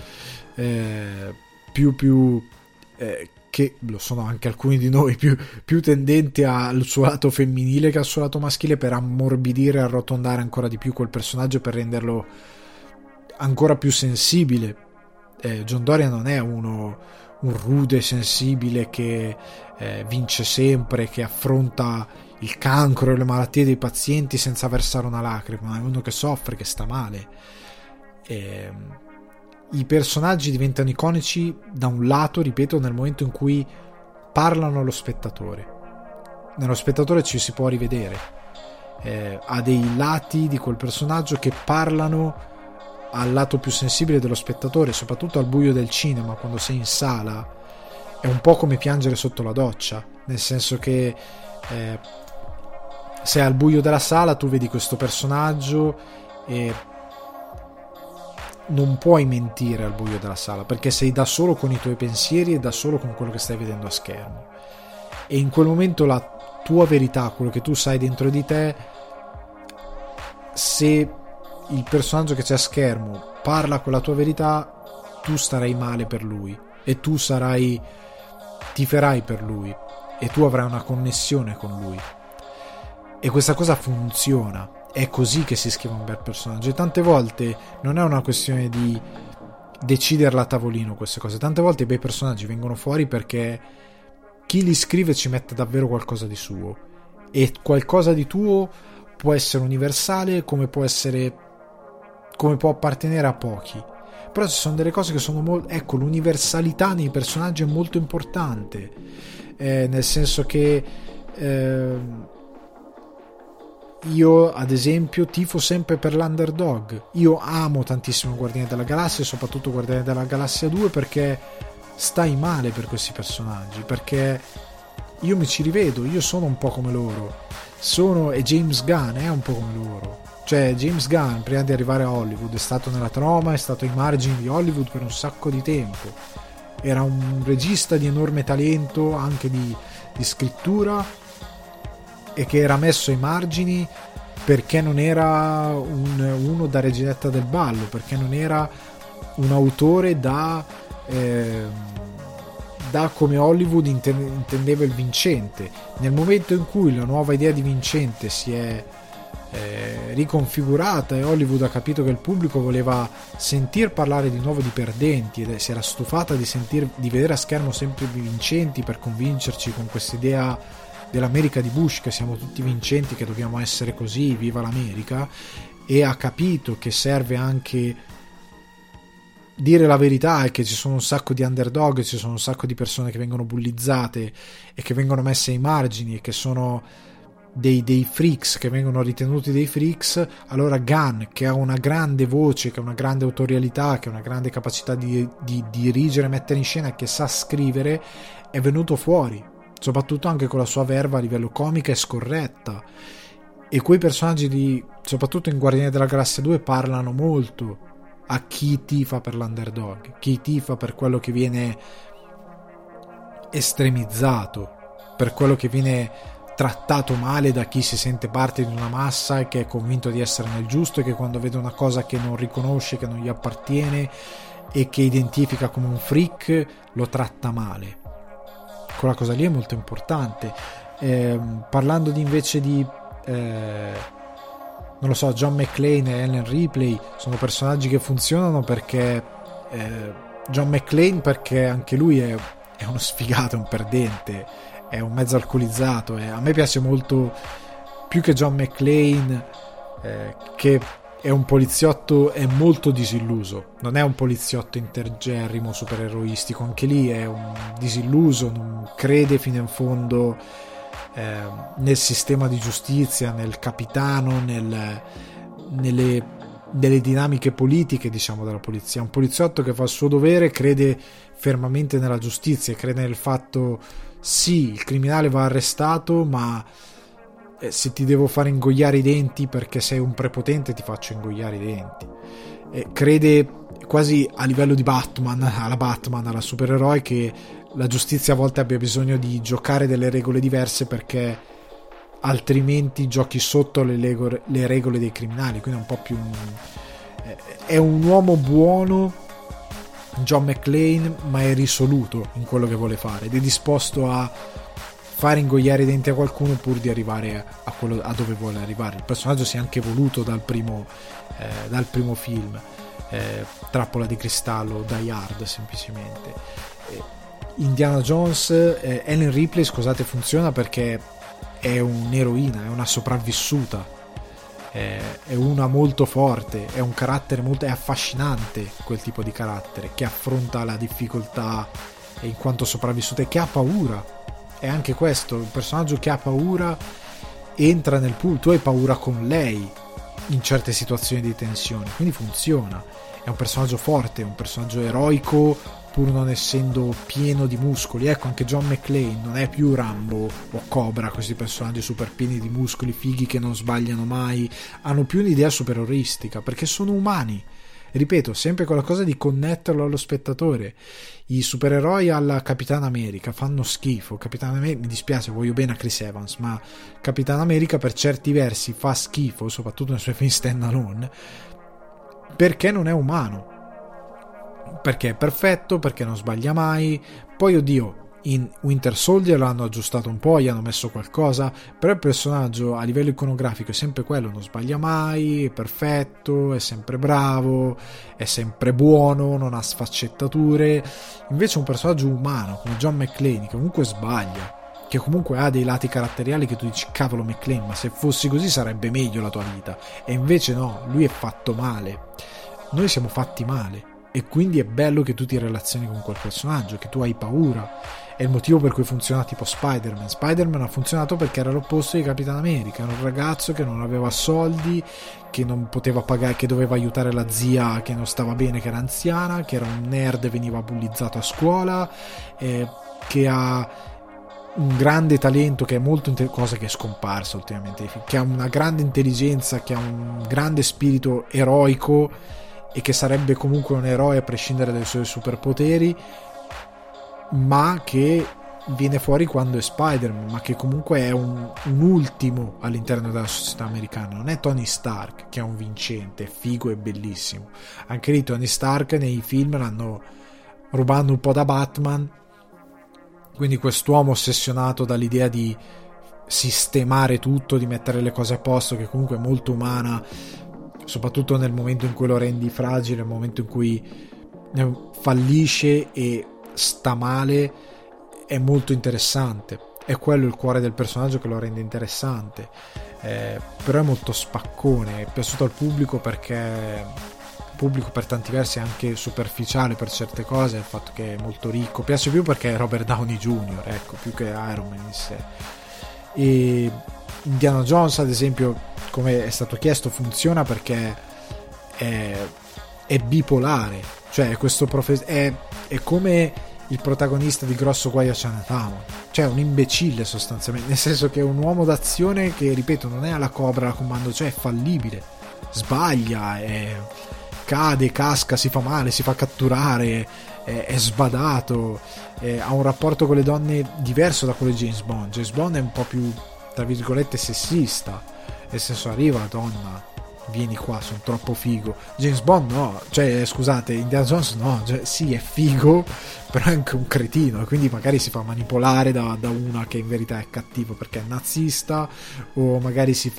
più che lo sono anche alcuni di noi, più tendenti al suo lato femminile che al suo lato maschile, per ammorbidire e arrotondare ancora di più quel personaggio, per renderlo ancora più sensibile. John Dorian non è un rude sensibile che vince sempre, che affronta il cancro e le malattie dei pazienti senza versare una lacrima, è uno che soffre, che sta male. I personaggi diventano iconici da un lato, ripeto, nel momento in cui parlano allo spettatore. Nello spettatore ci si può rivedere, ha dei lati di quel personaggio che parlano al lato più sensibile dello spettatore, soprattutto al buio del cinema, quando sei in sala. È un po' come piangere sotto la doccia, nel senso che se al buio della sala tu vedi questo personaggio e non puoi mentire al buio della sala, perché sei da solo con i tuoi pensieri e da solo con quello che stai vedendo a schermo, e in quel momento la tua verità, quello che tu sai dentro di te, se il personaggio che c'è a schermo parla con la tua verità, tu starai male per lui e tu tiferai per lui e tu avrai una connessione con lui, e questa cosa funziona. È così che si scrive un bel personaggio, e tante volte non è una questione di deciderla a tavolino queste cose, tante volte i bei personaggi vengono fuori perché chi li scrive ci mette davvero qualcosa di suo, e qualcosa di tuo può essere universale come può appartenere a pochi, però ci sono delle cose che sono ecco, l'universalità nei personaggi è molto importante, nel senso che io ad esempio tifo sempre per l'underdog. Io amo tantissimo Guardiani della Galassia, soprattutto Guardiani della Galassia 2, perché stai male per questi personaggi, perché io mi ci rivedo, io sono un po' come loro, e James Gunn è un po' come loro. Cioè James Gunn, prima di arrivare a Hollywood, è stato nella troma, è stato ai margini di Hollywood per un sacco di tempo, era un regista di enorme talento, anche di scrittura, e che era messo ai margini perché non era uno da reginetta del ballo, perché non era un autore da come Hollywood intendeva il vincente. Nel momento in cui la nuova idea di vincente si è riconfigurata e Hollywood ha capito che il pubblico voleva sentir parlare di nuovo di perdenti, e si era stufata di vedere a schermo sempre vincenti, per convincerci con questa idea dell'America di Bush, che siamo tutti vincenti, che dobbiamo essere così, viva l'America, e ha capito che serve anche dire la verità, e che ci sono un sacco di underdog, ci sono un sacco di persone che vengono bullizzate e che vengono messe ai margini e che sono dei freaks che vengono ritenuti dei freaks, allora Gunn, che ha una grande voce, che ha una grande autorialità, che ha una grande capacità di dirigere, mettere in scena, che sa scrivere, è venuto fuori, soprattutto anche con la sua verva a livello comica e scorretta. E quei personaggi soprattutto in Guardiani della Galassia 2 parlano molto a chi tifa per l'underdog, chi tifa per quello che viene estremizzato, per quello che viene trattato male da chi si sente parte di una massa e che è convinto di essere nel giusto, e che quando vede una cosa che non riconosce, che non gli appartiene e che identifica come un freak, lo tratta male. Quella cosa lì è molto importante. Parlando invece di non lo so, John McClane e Ellen Ripley sono personaggi che funzionano perché John McClane, perché anche lui è uno sfigato, è un perdente, è un mezzo alcolizzato, e a me piace molto, più che John McClane, che è un poliziotto, è molto disilluso, non è un poliziotto intergerrimo supereroistico, anche lì è un disilluso, non crede fino in fondo nel sistema di giustizia, nel capitano, nelle dinamiche politiche, diciamo, della polizia. Un poliziotto che fa il suo dovere, crede fermamente nella giustizia, crede nel fatto, sì, il criminale va arrestato, ma se ti devo fare ingoiare i denti perché sei un prepotente, ti faccio ingoiare i denti. Crede quasi a livello di Batman, alla supereroe, che la giustizia a volte abbia bisogno di giocare delle regole diverse perché altrimenti giochi sotto le regole dei criminali. Quindi è un po' più è un uomo buono, John McClane, ma è risoluto in quello che vuole fare ed è disposto a fare ingoiare i denti a qualcuno pur di arrivare a dove vuole arrivare. Il personaggio si è anche evoluto dal primo film, Trappola di cristallo, Die Hard, semplicemente. Indiana Jones, Ellen Ripley, scusate, funziona perché è un'eroina, è una sopravvissuta, è una molto forte, è un carattere molto, è affascinante quel tipo di carattere che affronta la difficoltà in quanto sopravvissuta e che ha paura. È anche questo, un personaggio che ha paura entra nel pool, tu hai paura con lei in certe situazioni di tensione, quindi funziona. È un personaggio forte, è un personaggio eroico pur non essendo pieno di muscoli. Ecco, anche John McClane non è più Rambo o Cobra, questi personaggi super pieni di muscoli, fighi che non sbagliano mai, hanno più un'idea supereroistica perché sono umani. Ripeto, sempre quella cosa di connetterlo allo spettatore. I supereroi alla Capitan America fanno schifo. Capitan America, mi dispiace, voglio bene a Chris Evans, ma Capitan America per certi versi fa schifo, soprattutto nei suoi film stand alone, perché non è umano, perché è perfetto, perché non sbaglia mai. Poi oddio, in Winter Soldier l'hanno aggiustato un po', gli hanno messo qualcosa, però il personaggio a livello iconografico è sempre quello, non sbaglia mai, è perfetto, è sempre bravo, è sempre buono, non ha sfaccettature. Invece un personaggio umano come John McClane, che comunque sbaglia, che comunque ha dei lati caratteriali che tu dici cavolo McClane, ma se fossi così sarebbe meglio la tua vita, e invece no, lui è fatto male, noi siamo fatti male. E quindi è bello che tu ti relazioni con quel personaggio, che tu hai paura. È il motivo per cui funziona tipo Spider-Man. Spider-Man ha funzionato perché era l'opposto di Capitan America. Era un ragazzo che non aveva soldi, che non poteva pagare, che doveva aiutare la zia che non stava bene, che era anziana, che era un nerd e veniva bullizzato a scuola, che ha un grande talento, che è molto cosa che è scomparsa ultimamente, che ha una grande intelligenza, che ha un grande spirito eroico e che sarebbe comunque un eroe a prescindere dai suoi superpoteri, ma che viene fuori quando è Spider-Man, ma che comunque è un ultimo all'interno della società americana. Non è Tony Stark che è un vincente, è figo e bellissimo. Anche lì Tony Stark nei film l'hanno rubando un po' da Batman, quindi quest'uomo ossessionato dall'idea di sistemare tutto, di mettere le cose a posto, che comunque è molto umana, soprattutto nel momento in cui lo rendi fragile, nel momento in cui fallisce e sta male. È molto interessante, è quello il cuore del personaggio che lo rende interessante, però è molto spaccone, è piaciuto al pubblico perché il pubblico per tanti versi è anche superficiale per certe cose, il fatto che è molto ricco, piace più perché è Robert Downey Jr., ecco, più che Iron Man in sé. E Indiana Jones, ad esempio, come è stato chiesto, funziona perché è bipolare, cioè è come il protagonista di Grosso Guai a Chinatown, cioè un imbecille sostanzialmente, nel senso che è un uomo d'azione che, ripeto, non è alla Cobra a comando, cioè è fallibile, sbaglia, cade, casca, si fa male, si fa catturare, è sbadato, ha un rapporto con le donne diverso da quello di James Bond. James Bond è un po' più, tra virgolette, sessista, nel senso, arriva la donna, vieni qua, sono troppo figo. James Bond no, cioè scusate, Indiana Jones no, cioè, sì è figo, però è anche un cretino, e quindi magari si fa manipolare da una che in verità è cattivo perché è nazista, o magari si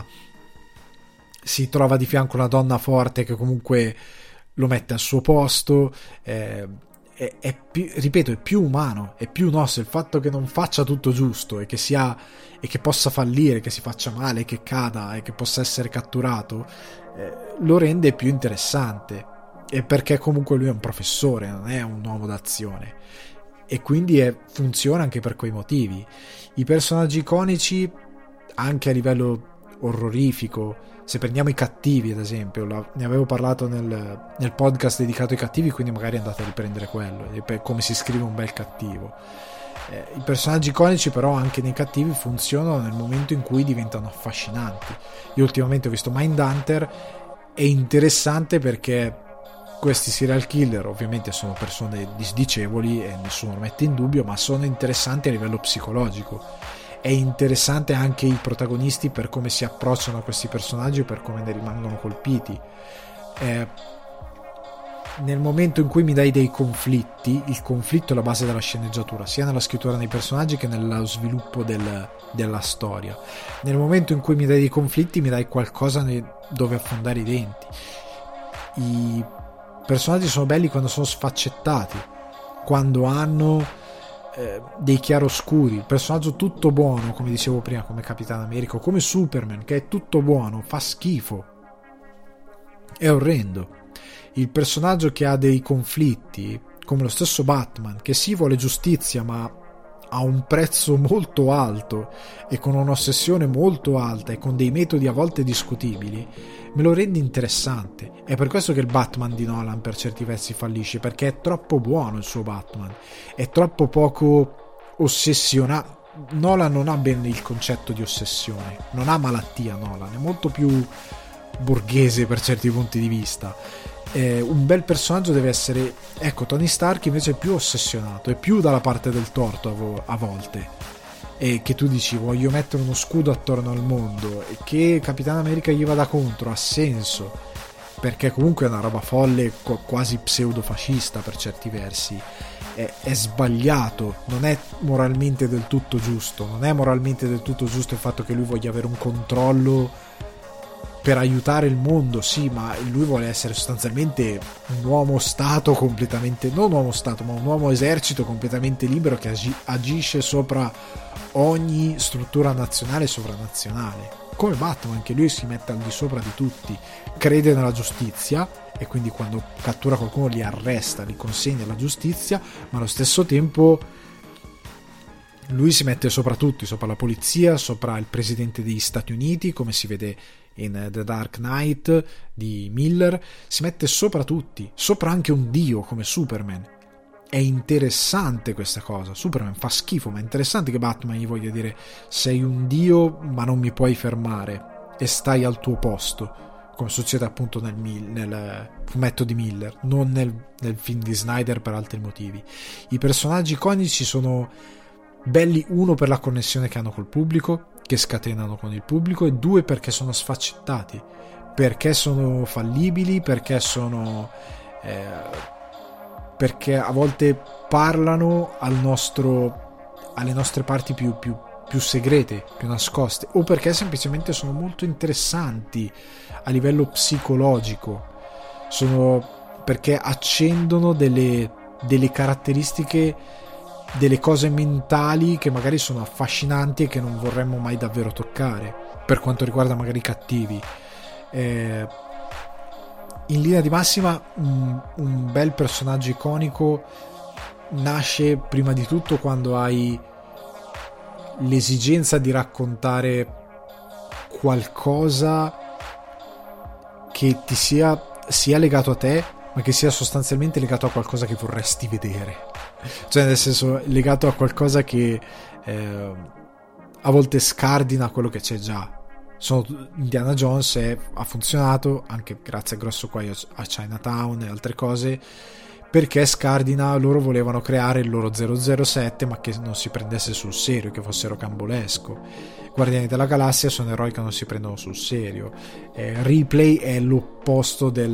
trova di fianco una donna forte che comunque lo mette al suo posto. È più, ripeto, è più umano, è più nostro. Il fatto che non faccia tutto giusto e che possa fallire, che si faccia male, che cada e che possa essere catturato, lo rende più interessante, e perché comunque lui è un professore, non è un uomo d'azione, e quindi funziona anche per quei motivi. I personaggi iconici anche a livello orrorifico, se prendiamo i cattivi ad esempio, ne avevo parlato nel podcast dedicato ai cattivi, quindi magari andate a riprendere quello, come si scrive un bel cattivo. I personaggi iconici però anche nei cattivi funzionano nel momento in cui diventano affascinanti. Io ultimamente ho visto Mindhunter, è interessante perché questi serial killer ovviamente sono persone disdicevoli e nessuno lo mette in dubbio, ma sono interessanti a livello psicologico. È interessante anche i protagonisti per come si approcciano a questi personaggi e per come ne rimangono colpiti. Nel momento in cui mi dai dei conflitti, il conflitto è la base della sceneggiatura, sia nella scrittura dei personaggi che nello sviluppo della storia. Nel momento in cui mi dai dei conflitti, mi dai qualcosa dove affondare i denti. I personaggi sono belli quando sono sfaccettati, quando hanno dei chiaroscuri. Il personaggio tutto buono, come dicevo prima, come Capitan America o come Superman, che è tutto buono, fa schifo, è orrendo. Il personaggio che ha dei conflitti, come lo stesso Batman, che sì vuole giustizia ma a un prezzo molto alto e con un'ossessione molto alta e con dei metodi a volte discutibili, me lo rende interessante. È per questo che il Batman di Nolan per certi versi fallisce, perché è troppo buono il suo Batman, è troppo poco ossessionato. Nolan non ha ben il concetto di ossessione, non ha malattia. Nolan è molto più borghese per certi punti di vista. Un bel personaggio deve essere, ecco, Tony Stark invece è più ossessionato, è più dalla parte del torto a volte, e che tu dici voglio mettere uno scudo attorno al mondo, e che Capitan America gli vada contro ha senso, perché comunque è una roba folle, quasi pseudo-fascista per certi versi. È sbagliato, non è moralmente del tutto giusto, non è moralmente del tutto giusto il fatto che lui voglia avere un controllo per aiutare il mondo, sì, ma lui vuole essere sostanzialmente un uomo stato completamente, non un uomo stato, ma un uomo esercito completamente libero che agisce sopra ogni struttura nazionale e sovranazionale. Come Batman, che lui si mette al di sopra di tutti, crede nella giustizia e quindi quando cattura qualcuno li arresta, li consegna alla giustizia, ma allo stesso tempo lui si mette sopra tutti, sopra la polizia, sopra il presidente degli Stati Uniti, come si vede in The Dark Knight di Miller, si mette sopra tutti, sopra anche un dio come Superman. È interessante questa cosa. Superman fa schifo, ma è interessante che Batman gli voglia dire sei un dio ma non mi puoi fermare e stai al tuo posto, come succede appunto nel fumetto di Miller, non nel film di Snyder per altri motivi. I personaggi iconici sono belli, uno per la connessione che hanno col pubblico, che scatenano con il pubblico, e due perché sono sfaccettati, perché sono fallibili, perché a volte parlano alle nostre parti più segrete, più nascoste, o perché semplicemente sono molto interessanti a livello psicologico, perché accendono delle caratteristiche, delle cose mentali che magari sono affascinanti e che non vorremmo mai davvero toccare, per quanto riguarda magari i cattivi. In linea di massima un bel personaggio iconico nasce prima di tutto quando hai l'esigenza di raccontare qualcosa che ti sia legato a te, ma che sia sostanzialmente legato a qualcosa che vorresti vedere, cioè nel senso legato a qualcosa che a volte scardina quello che c'è già. Indiana Jones ha funzionato anche grazie a grosso guaio a Chinatown e altre cose, perché scardina. Loro volevano creare il loro 007 ma che non si prendesse sul serio, che fosse rocambolesco. Guardiani della Galassia sono eroi che non si prendono sul serio. Ripley è l'opposto di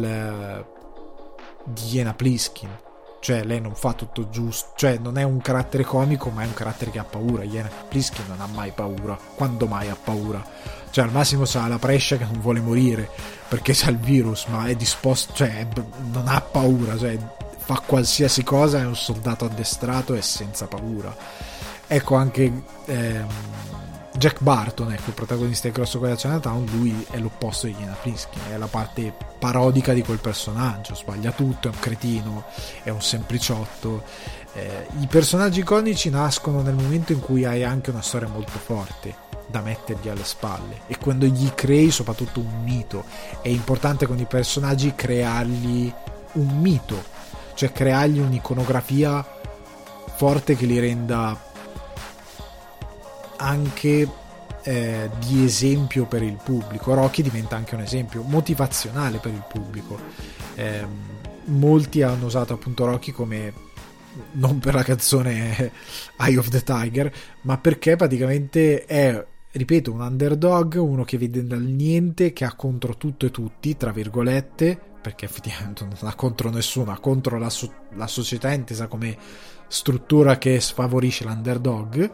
Jena Pliskin, cioè lei non fa tutto giusto, cioè non è un carattere comico ma è un carattere che ha paura. Jena Pliskin non ha mai paura. Quando mai ha paura? Cioè al massimo c'ha la prescia che non vuole morire perché c'ha il virus, ma è disposto, cioè non ha paura, cioè fa qualsiasi cosa, è un soldato addestrato e senza paura. Ecco, anche Jack Barton, ecco, il protagonista di Grosso Guaio a Chinatown, lui è l'opposto di Jena Pliskin, è la parte parodica di quel personaggio, sbaglia tutto, è un cretino, è un sempliciotto. I personaggi iconici nascono nel momento in cui hai anche una storia molto forte da mettergli alle spalle, e quando gli crei soprattutto un mito. È importante con i personaggi creargli un mito, cioè creargli un'iconografia forte che li renda anche di esempio per il pubblico. Rocky diventa anche un esempio motivazionale per il pubblico. Molti hanno usato appunto Rocky come, non per la canzone Eye of the Tiger, ma perché praticamente è, ripeto, un underdog, uno che vede dal niente, che ha contro tutto e tutti, tra virgolette, perché effettivamente non ha contro nessuno, ha contro la società intesa come struttura che sfavorisce l'underdog,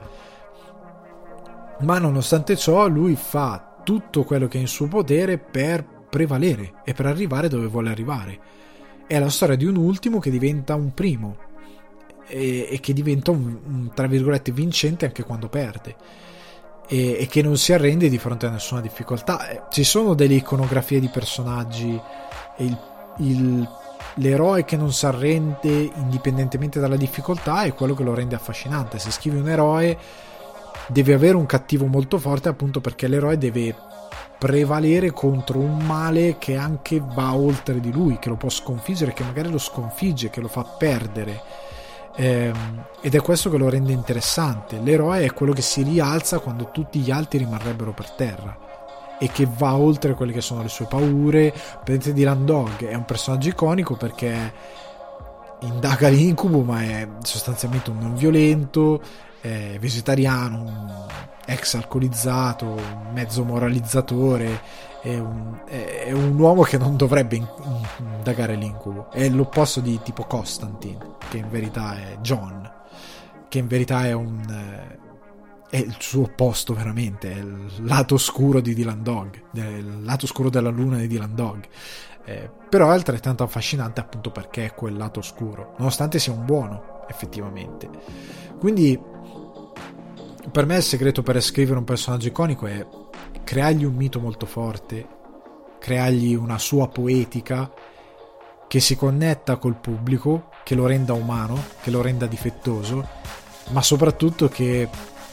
ma nonostante ciò lui fa tutto quello che è in suo potere per prevalere e per arrivare dove vuole arrivare. È la storia di un ultimo che diventa un primo e che diventa un tra virgolette vincente anche quando perde, e che non si arrende di fronte a nessuna difficoltà. Ci sono delle iconografie di personaggi, e l'eroe che non si arrende indipendentemente dalla difficoltà è quello che lo rende affascinante. Se scrivi un eroe deve avere un cattivo molto forte, appunto perché l'eroe deve prevalere contro un male che anche va oltre di lui, che lo può sconfiggere, che magari lo sconfigge, che lo fa perdere, ed è questo che lo rende interessante. L'eroe è quello che si rialza quando tutti gli altri rimarrebbero per terra e che va oltre quelle che sono le sue paure. Prendete Dylan Dog, è un personaggio iconico perché indaga l'incubo ma è sostanzialmente un non violento, è vegetariano, un ex alcolizzato, un mezzo moralizzatore, è un uomo che non dovrebbe indagare l'incubo. È l'opposto di tipo Constantine, che in verità è John, che in verità è il suo opposto veramente, è il lato oscuro di Dylan Dog, il lato oscuro della luna di Dylan Dog. Però è altrettanto affascinante appunto perché è quel lato oscuro, nonostante sia un buono effettivamente. Quindi per me il segreto per scrivere un personaggio iconico è creargli un mito molto forte, creargli una sua poetica che si connetta col pubblico, che lo renda umano, che lo renda difettoso, ma soprattutto che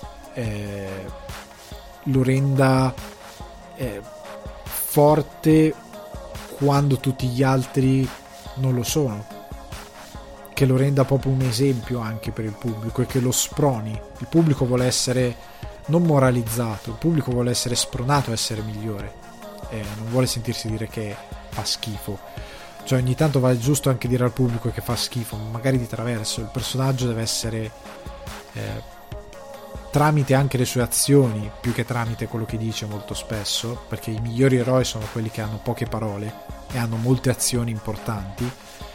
lo renda forte quando tutti gli altri non lo sono, che lo renda proprio un esempio anche per il pubblico e che lo sproni. Il pubblico vuole essere non moralizzato, il pubblico vuole essere spronato a essere migliore, non vuole sentirsi dire che fa schifo. Cioè ogni tanto va giusto anche dire al pubblico che fa schifo, magari di traverso. Il personaggio deve essere tramite anche le sue azioni più che tramite quello che dice molto spesso, perché i migliori eroi sono quelli che hanno poche parole e hanno molte azioni importanti.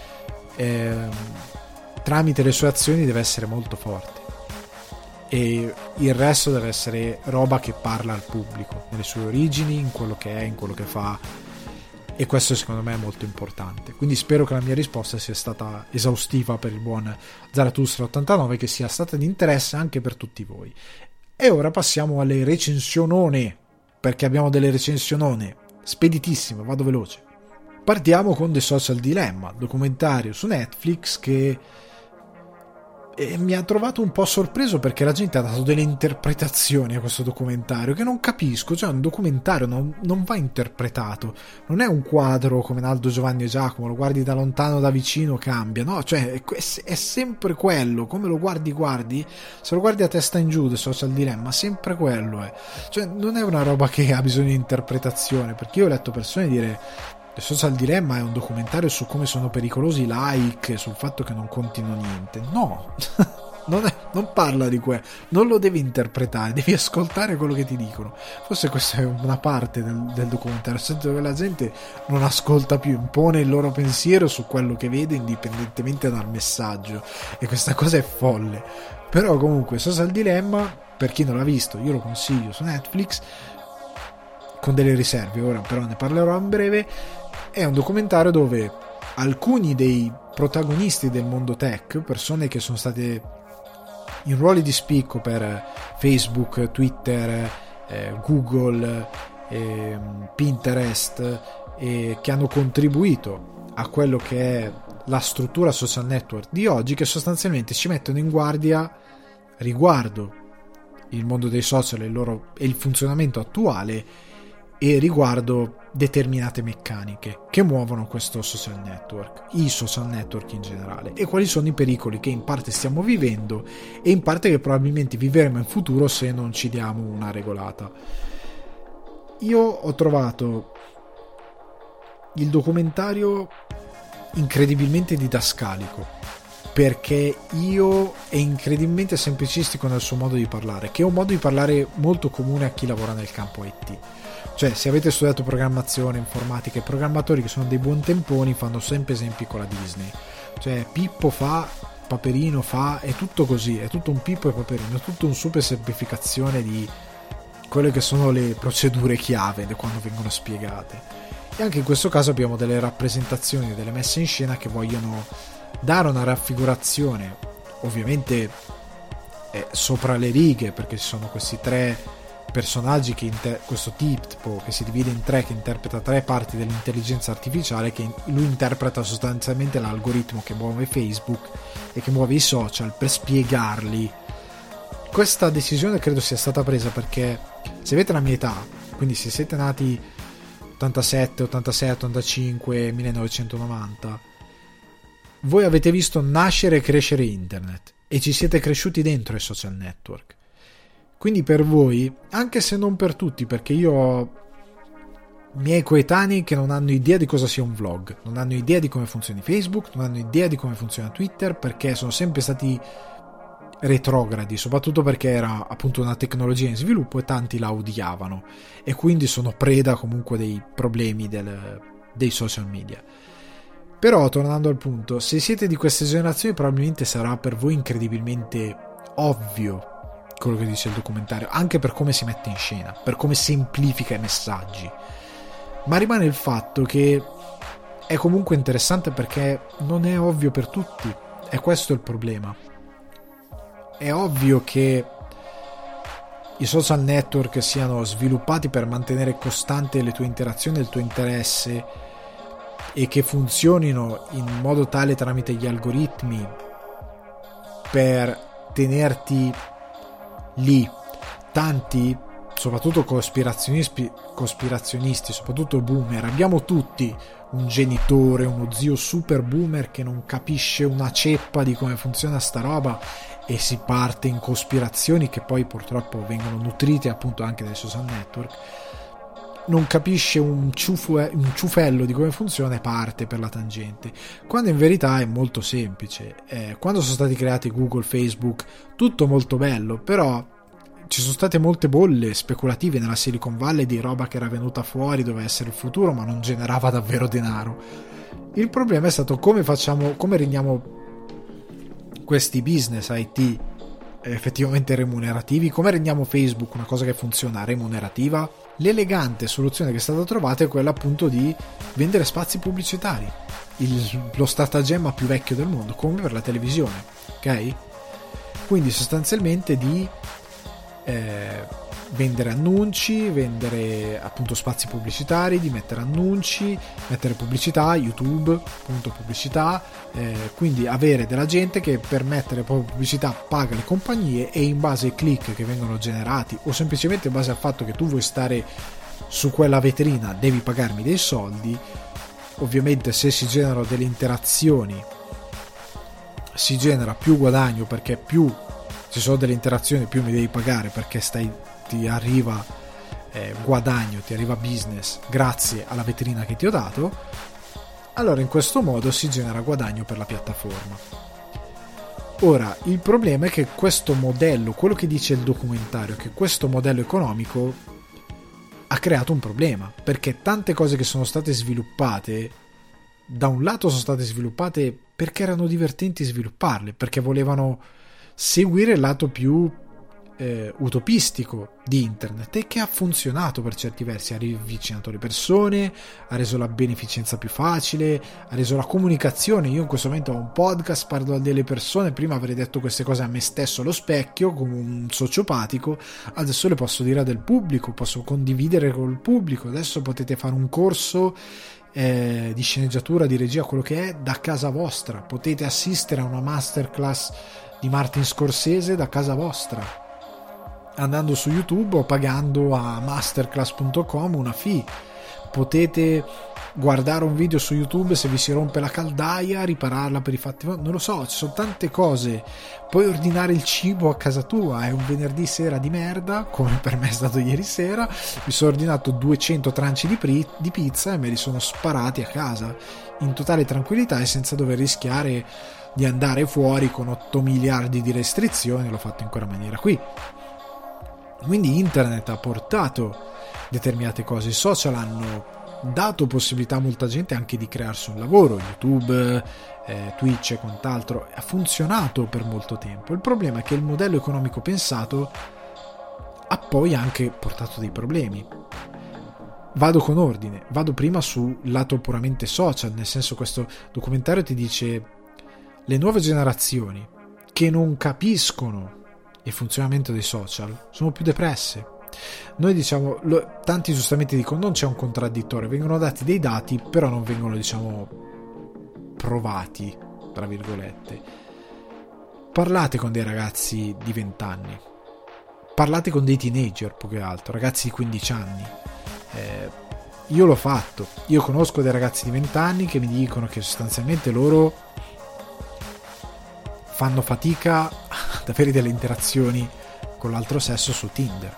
Tramite le sue azioni deve essere molto forte e il resto deve essere roba che parla al pubblico, nelle sue origini, in quello che è, in quello che fa, e questo secondo me è molto importante. Quindi spero che la mia risposta sia stata esaustiva per il buon Zarathustra 89, che sia stata di interesse anche per tutti voi. E ora passiamo alle recensionone, perché abbiamo delle recensionone speditissime, vado veloce. Partiamo con The Social Dilemma, documentario su Netflix che E mi ha trovato un po' sorpreso perché la gente ha dato delle interpretazioni a questo documentario che non capisco. Cioè, un documentario non va interpretato, non è un quadro come Naldo, Giovanni e Giacomo, lo guardi da lontano, da vicino, cambia, no? Cioè è sempre quello, come lo guardi, se lo guardi a testa in giù, The Social Dilemma, sempre quello è. Cioè non è una roba che ha bisogno di interpretazione, perché io ho letto persone dire The Social Dilemma è un documentario su come sono pericolosi i like, sul fatto che non contino niente. No, non parla di quello, non lo devi interpretare, devi ascoltare quello che ti dicono. Forse questa è una parte del documentario, nel senso che la gente non ascolta più, impone il loro pensiero su quello che vede indipendentemente dal messaggio, e questa cosa è folle. Però comunque Social Dilemma, per chi non l'ha visto, io lo consiglio su Netflix con delle riserve, ora però ne parlerò in breve. È un documentario dove alcuni dei protagonisti del mondo tech, persone che sono state in ruoli di spicco per Facebook, Twitter, Google, Pinterest, che hanno contribuito a quello che è la struttura social network di oggi, che sostanzialmente ci mettono in guardia riguardo il mondo dei social e il funzionamento attuale, e riguardo determinate meccaniche che muovono questo social network, i social network in generale, e quali sono i pericoli che in parte stiamo vivendo e in parte che probabilmente vivremo in futuro se non ci diamo una regolata. Io ho trovato il documentario incredibilmente didascalico, perché è incredibilmente semplicistico nel suo modo di parlare, che è un modo di parlare molto comune a chi lavora nel campo IT. Cioè, se avete studiato programmazione, informatica, i programmatori che sono dei buontemponi fanno sempre esempi con la Disney. Cioè, Pippo fa, Paperino fa, è tutto così, è tutto un Pippo e Paperino, è tutto un super semplificazione di quelle che sono le procedure chiave quando vengono spiegate. E anche in questo caso abbiamo delle rappresentazioni, delle messe in scena che vogliono dare una raffigurazione, ovviamente sopra le righe, perché ci sono questi tre personaggi questo tipo che si divide in tre, che interpreta tre parti dell'intelligenza artificiale, che lui interpreta sostanzialmente l'algoritmo che muove Facebook e che muove i social, per spiegarli. Questa decisione credo sia stata presa perché se avete la mia età, quindi se siete nati 87, 86, 85, 1990, voi avete visto nascere e crescere internet e ci siete cresciuti dentro i social network. Quindi per voi, anche se non per tutti, perché io ho miei coetanei che non hanno idea di cosa sia un vlog, non hanno idea di come funzioni Facebook, non hanno idea di come funziona Twitter, perché sono sempre stati retrogradi, soprattutto perché era appunto una tecnologia in sviluppo e tanti la odiavano, e quindi sono preda comunque dei problemi dei social media. Però, tornando al punto, se siete di queste generazioni, probabilmente sarà per voi incredibilmente ovvio quello che dice il documentario, anche per come si mette in scena, per come semplifica i messaggi. Ma rimane il fatto che è comunque interessante perché non è ovvio per tutti, è questo il problema. È ovvio che i social network siano sviluppati per mantenere costante le tue interazioni e il tuo interesse, e che funzionino in modo tale tramite gli algoritmi per tenerti lì. Tanti, soprattutto cospirazionisti, soprattutto boomer, abbiamo tutti un genitore, uno zio super boomer che non capisce una ceppa di come funziona sta roba, e si parte in cospirazioni che poi purtroppo vengono nutrite appunto anche dai social network. Non capisce un ciufello di come funziona e parte per la tangente, quando in verità è molto semplice. Quando sono stati creati Google, Facebook, tutto molto bello, però ci sono state molte bolle speculative nella Silicon Valley di roba che era venuta fuori, doveva essere il futuro, ma non generava davvero denaro. Il problema è stato come rendiamo questi business IT effettivamente remunerativi, come rendiamo Facebook una cosa che funziona remunerativa. L'elegante soluzione che è stata trovata è quella appunto di vendere spazi pubblicitari, lo stratagemma più vecchio del mondo, come per la televisione, ok? Quindi sostanzialmente di vendere annunci, vendere appunto spazi pubblicitari, di mettere annunci, mettere pubblicità, YouTube, punto pubblicità, quindi avere della gente che per mettere poi pubblicità paga le compagnie, e in base ai click che vengono generati o semplicemente in base al fatto che tu vuoi stare su quella vetrina devi pagarmi dei soldi. Ovviamente se si generano delle interazioni si genera più guadagno, perché più ci sono delle interazioni più mi devi pagare, perché ti arriva guadagno, ti arriva business grazie alla vetrina che ti ho dato. Allora in questo modo si genera guadagno per la piattaforma. Ora il problema è che questo modello, quello che dice il documentario, che questo modello economico ha creato un problema, perché tante cose che sono state sviluppate, da un lato sono state sviluppate perché erano divertenti svilupparle, perché volevano seguire il lato più utopistico di internet, e che ha funzionato per certi versi, ha avvicinato le persone, ha reso la beneficenza più facile, ha reso la comunicazione. Io in questo momento ho un podcast, parlo a delle persone, prima avrei detto queste cose a me stesso allo specchio come un sociopatico, adesso le posso dire a del pubblico, posso condividere col pubblico. Adesso potete fare un corso di sceneggiatura, di regia, quello che è, da casa vostra, potete assistere a una masterclass di Martin Scorsese da casa vostra, andando su YouTube o pagando a masterclass.com una fee. Potete guardare un video su YouTube, se vi si rompe la caldaia, ripararla per i fatti, non lo so, ci sono tante cose. Puoi ordinare il cibo a casa tua, è un venerdì sera di merda, come per me è stato ieri sera, mi sono ordinato 200 tranci di pizza e me li sono sparati a casa in totale tranquillità e senza dover rischiare di andare fuori con 8 miliardi di restrizioni. L'ho fatto in quella maniera qui. Quindi internet ha portato determinate cose, i social hanno dato possibilità a molta gente anche di crearsi un lavoro, YouTube, Twitch e quant'altro, ha funzionato per molto tempo. Il problema è che il modello economico pensato ha poi anche portato dei problemi. Vado con ordine, vado prima sul lato puramente social, nel senso, questo documentario ti dice le nuove generazioni che non capiscono il funzionamento dei social sono più depresse. Noi diciamo, tanti giustamente dicono non c'è un contraddittorio, vengono dati dei dati però non vengono, diciamo, provati tra virgolette. Parlate con dei ragazzi di 20 anni, parlate con dei teenager, più che altro ragazzi di 15 anni. Io l'ho fatto, io conosco dei ragazzi di 20 anni che mi dicono che sostanzialmente loro fanno fatica ad avere delle interazioni con l'altro sesso su Tinder,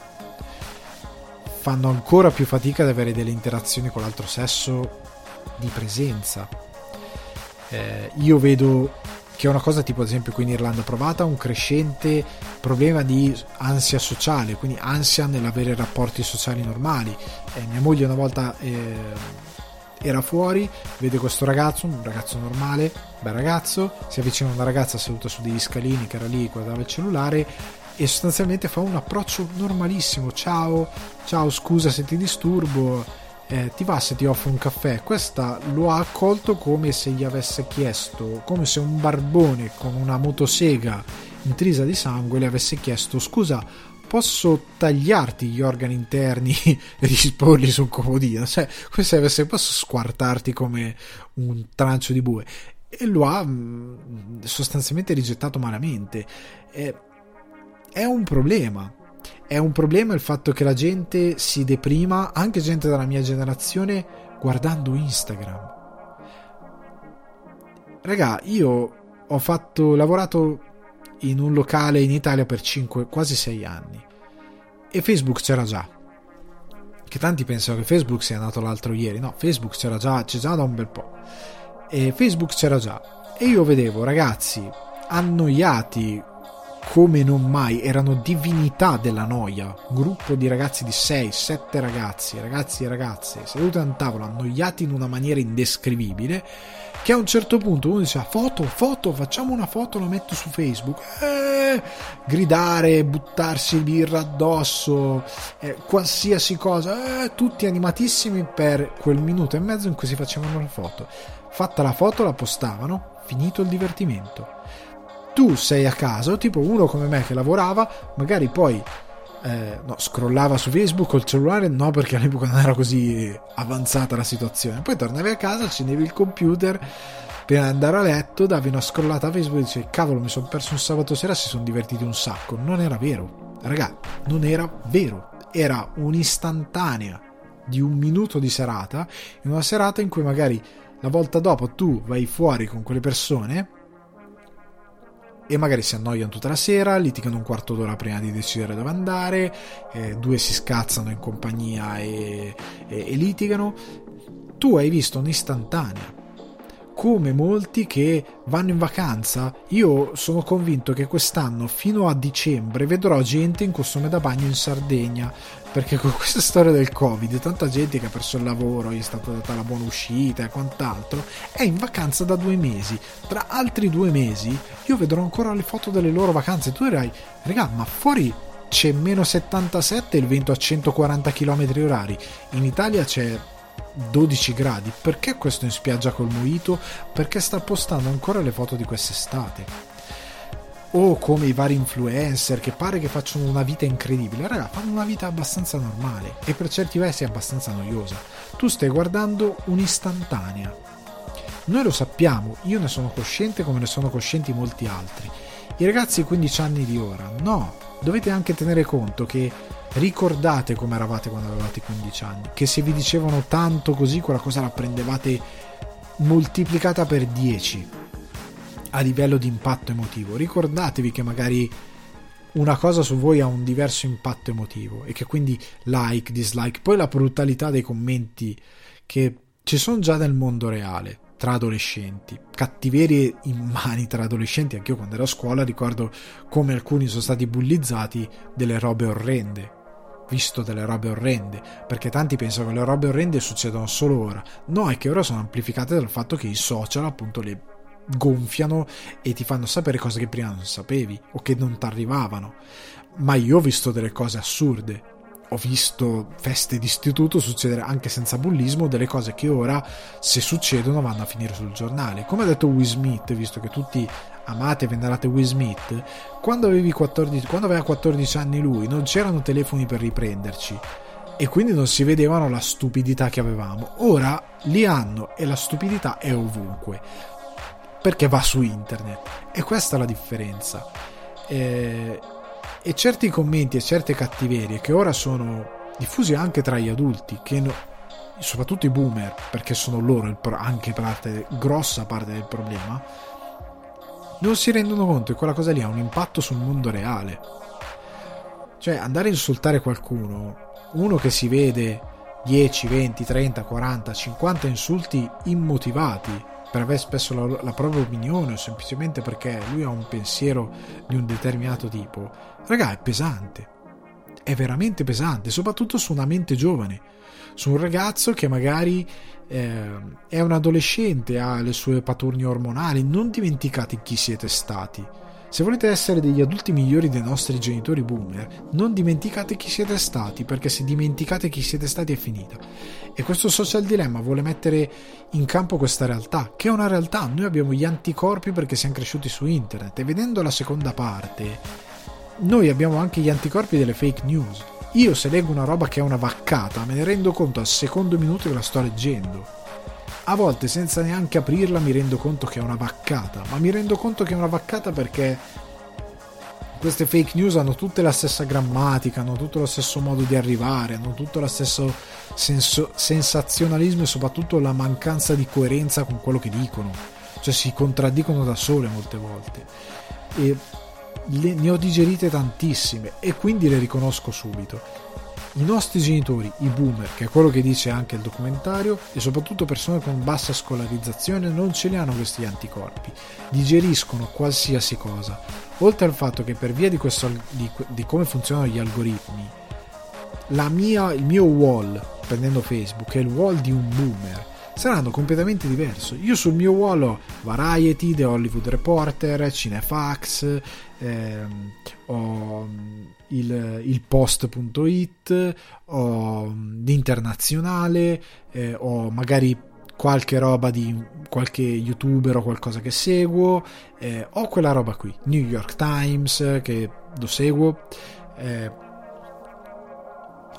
fanno ancora più fatica ad avere delle interazioni con l'altro sesso di presenza. Io vedo che è una cosa tipo, ad esempio, qui in Irlanda provata un crescente problema di ansia sociale, quindi ansia nell'avere rapporti sociali normali. Mia moglie una volta era fuori, vede questo ragazzo, un ragazzo normale, bel ragazzo, si avvicina a una ragazza seduta su degli scalini che era lì, guardava il cellulare e sostanzialmente fa un approccio normalissimo: ciao, scusa se ti disturbo, ti va se ti offro un caffè? Questa lo ha accolto come se gli avesse chiesto, come se un barbone con una motosega intrisa di sangue le avesse chiesto: scusa, posso tagliarti gli organi interni e disporli su un comodino? Cioè, come se avesse, posso squartarti come un trancio di bue? E lo ha sostanzialmente rigettato malamente. È un problema. È un problema il fatto che la gente si deprima, anche gente della mia generazione, guardando Instagram. Raga, io ho lavorato in un locale in Italia per quasi 6 anni e Facebook c'era già. Che tanti pensano che Facebook sia nato l'altro ieri. No, Facebook c'è già da un bel po'. E Facebook c'era già. E io vedevo ragazzi annoiati come non mai, erano divinità della noia, un gruppo di ragazzi di 6-7 ragazzi e ragazze seduti a un tavolo annoiati in una maniera indescrivibile, che a un certo punto uno diceva foto, facciamo una foto, la metto su Facebook, gridare, buttarsi birra addosso, qualsiasi cosa, tutti animatissimi per quel minuto e mezzo in cui si facevano la foto. Fatta la foto la postavano, finito il divertimento. Tu sei a casa, tipo uno come me che lavorava, magari poi no, scrollava su Facebook col cellulare, no, perché all'epoca non era così avanzata la situazione. Poi tornavi a casa, accendevi il computer, prima di andare a letto davi una scrollata a Facebook e dicevi cavolo, mi sono perso un sabato sera, si sono divertiti un sacco. Non era vero, raga, non era vero, era un'istantanea di un minuto di serata, in una serata in cui magari la volta dopo tu vai fuori con quelle persone e magari si annoiano tutta la sera, litigano un quarto d'ora prima di decidere dove andare, due si scazzano in compagnia e litigano. Tu hai visto un'istantanea, come molti che vanno in vacanza. Io sono convinto che quest'anno fino a dicembre vedrò gente in costume da bagno in Sardegna, perché con questa storia del Covid tanta gente che ha perso il lavoro, gli è stata data la buona uscita e quant'altro, è in vacanza da 2 mesi. Tra altri 2 mesi io vedrò ancora le foto delle loro vacanze. Tu dirai, raga, ma fuori c'è meno 77 e il vento a 140 km/h, in Italia c'è 12 gradi, perché questo in spiaggia col mojito? Perché sta postando ancora le foto di quest'estate. O come i vari influencer che pare che facciano una vita incredibile. Raga, fanno una vita abbastanza normale e per certi versi abbastanza noiosa. Tu stai guardando un'istantanea. Noi lo sappiamo, io ne sono cosciente come ne sono coscienti molti altri. I ragazzi di 15 anni di ora, no, dovete anche tenere conto che ricordate come eravate quando avevate 15 anni, che se vi dicevano tanto così quella cosa la prendevate moltiplicata per 10 a livello di impatto emotivo. Ricordatevi che magari una cosa su voi ha un diverso impatto emotivo e che quindi like, dislike, poi la brutalità dei commenti che ci sono già nel mondo reale tra adolescenti, cattiverie immani tra adolescenti. Anche io quando ero a scuola ricordo come alcuni sono stati bullizzati delle robe orrende, visto delle robe orrende, perché tanti pensano che le robe orrende succedono solo ora. No, è che ora sono amplificate dal fatto che i social appunto le gonfiano e ti fanno sapere cose che prima non sapevi o che non ti arrivavano. Ma io ho visto delle cose assurde, ho visto feste d'istituto succedere anche senza bullismo, delle cose che ora se succedono vanno a finire sul giornale. Come ha detto Will Smith, visto che tutti amate e venerate Will Smith, quando aveva 14 anni lui non c'erano telefoni per riprenderci e quindi non si vedevano la stupidità che avevamo. Ora li hanno e la stupidità è ovunque, perché va su internet, e questa è la differenza. E certi commenti e certe cattiverie che ora sono diffusi anche tra gli adulti, soprattutto i boomer, perché sono loro anche grossa parte del problema, non si rendono conto che quella cosa lì ha un impatto sul mondo reale. Cioè andare a insultare qualcuno, uno che si vede 10, 20, 30, 40, 50 insulti immotivati per aver espresso la propria opinione o semplicemente perché lui ha un pensiero di un determinato tipo, raga, è pesante, è veramente pesante, soprattutto su una mente giovane, su un ragazzo che magari è un adolescente, ha le sue paturnie ormonali. Non dimenticate chi siete stati. Se volete essere degli adulti migliori dei nostri genitori boomer, non dimenticate chi siete stati, perché se dimenticate chi siete stati è finita. E questo social dilemma vuole mettere in campo questa realtà, che è una realtà. Noi abbiamo gli anticorpi perché siamo cresciuti su internet, e vedendo la seconda parte noi abbiamo anche gli anticorpi delle fake news. Io se leggo una roba che è una vaccata me ne rendo conto al secondo minuto che la sto leggendo. A volte senza neanche aprirla mi rendo conto che è una vaccata, ma mi rendo conto che è una vaccata perché queste fake news hanno tutte la stessa grammatica, hanno tutto lo stesso modo di arrivare, hanno tutto lo stesso sensazionalismo e soprattutto la mancanza di coerenza con quello che dicono, cioè si contraddicono da sole molte volte, e ne ho digerite tantissime e quindi le riconosco subito. I nostri genitori, i boomer, che è quello che dice anche il documentario, e soprattutto persone con bassa scolarizzazione, non ce li hanno questi anticorpi, digeriscono qualsiasi cosa, oltre al fatto che per via di come funzionano gli algoritmi, il mio wall, prendendo Facebook, è il wall di un boomer, saranno completamente diverso. Io sul mio wall ho Variety, The Hollywood Reporter, Cinefax, ho il Post.it, ho l'Internazionale, ho magari qualche roba di qualche youtuber o qualcosa che seguo, ho quella roba qui, New York Times che lo seguo,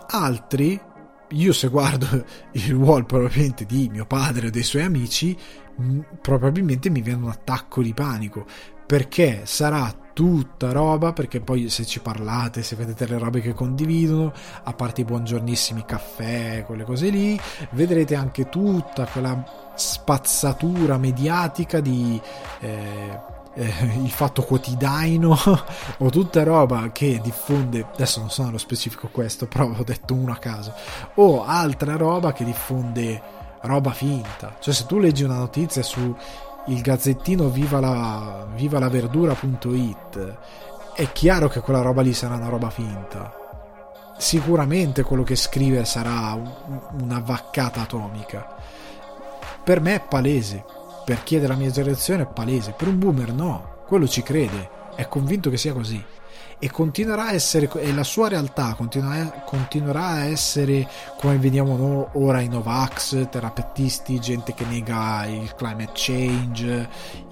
Altri, io se guardo il wall probabilmente di mio padre o dei suoi amici, probabilmente mi viene un attacco di panico, perché sarà tutta roba, perché poi se ci parlate, se vedete le robe che condividono, a parte i buongiornissimi caffè, quelle cose lì, vedrete anche tutta quella spazzatura mediatica di il Fatto Quotidiano o tutta roba che diffonde, adesso non so nello specifico questo, però ho detto uno a caso, o altra roba che diffonde roba finta. Cioè se tu leggi una notizia su il gazzettino viva la verdura.it, è chiaro che quella roba lì sarà una roba finta. Sicuramente quello che scrive sarà una vaccata atomica. Per me è palese, per chi è della mia generazione è palese, per un boomer no, quello ci crede, è convinto che sia così e continuerà a essere, e la sua realtà continuerà a essere come vediamo ora i Novax, terapeutisti, gente che nega il climate change,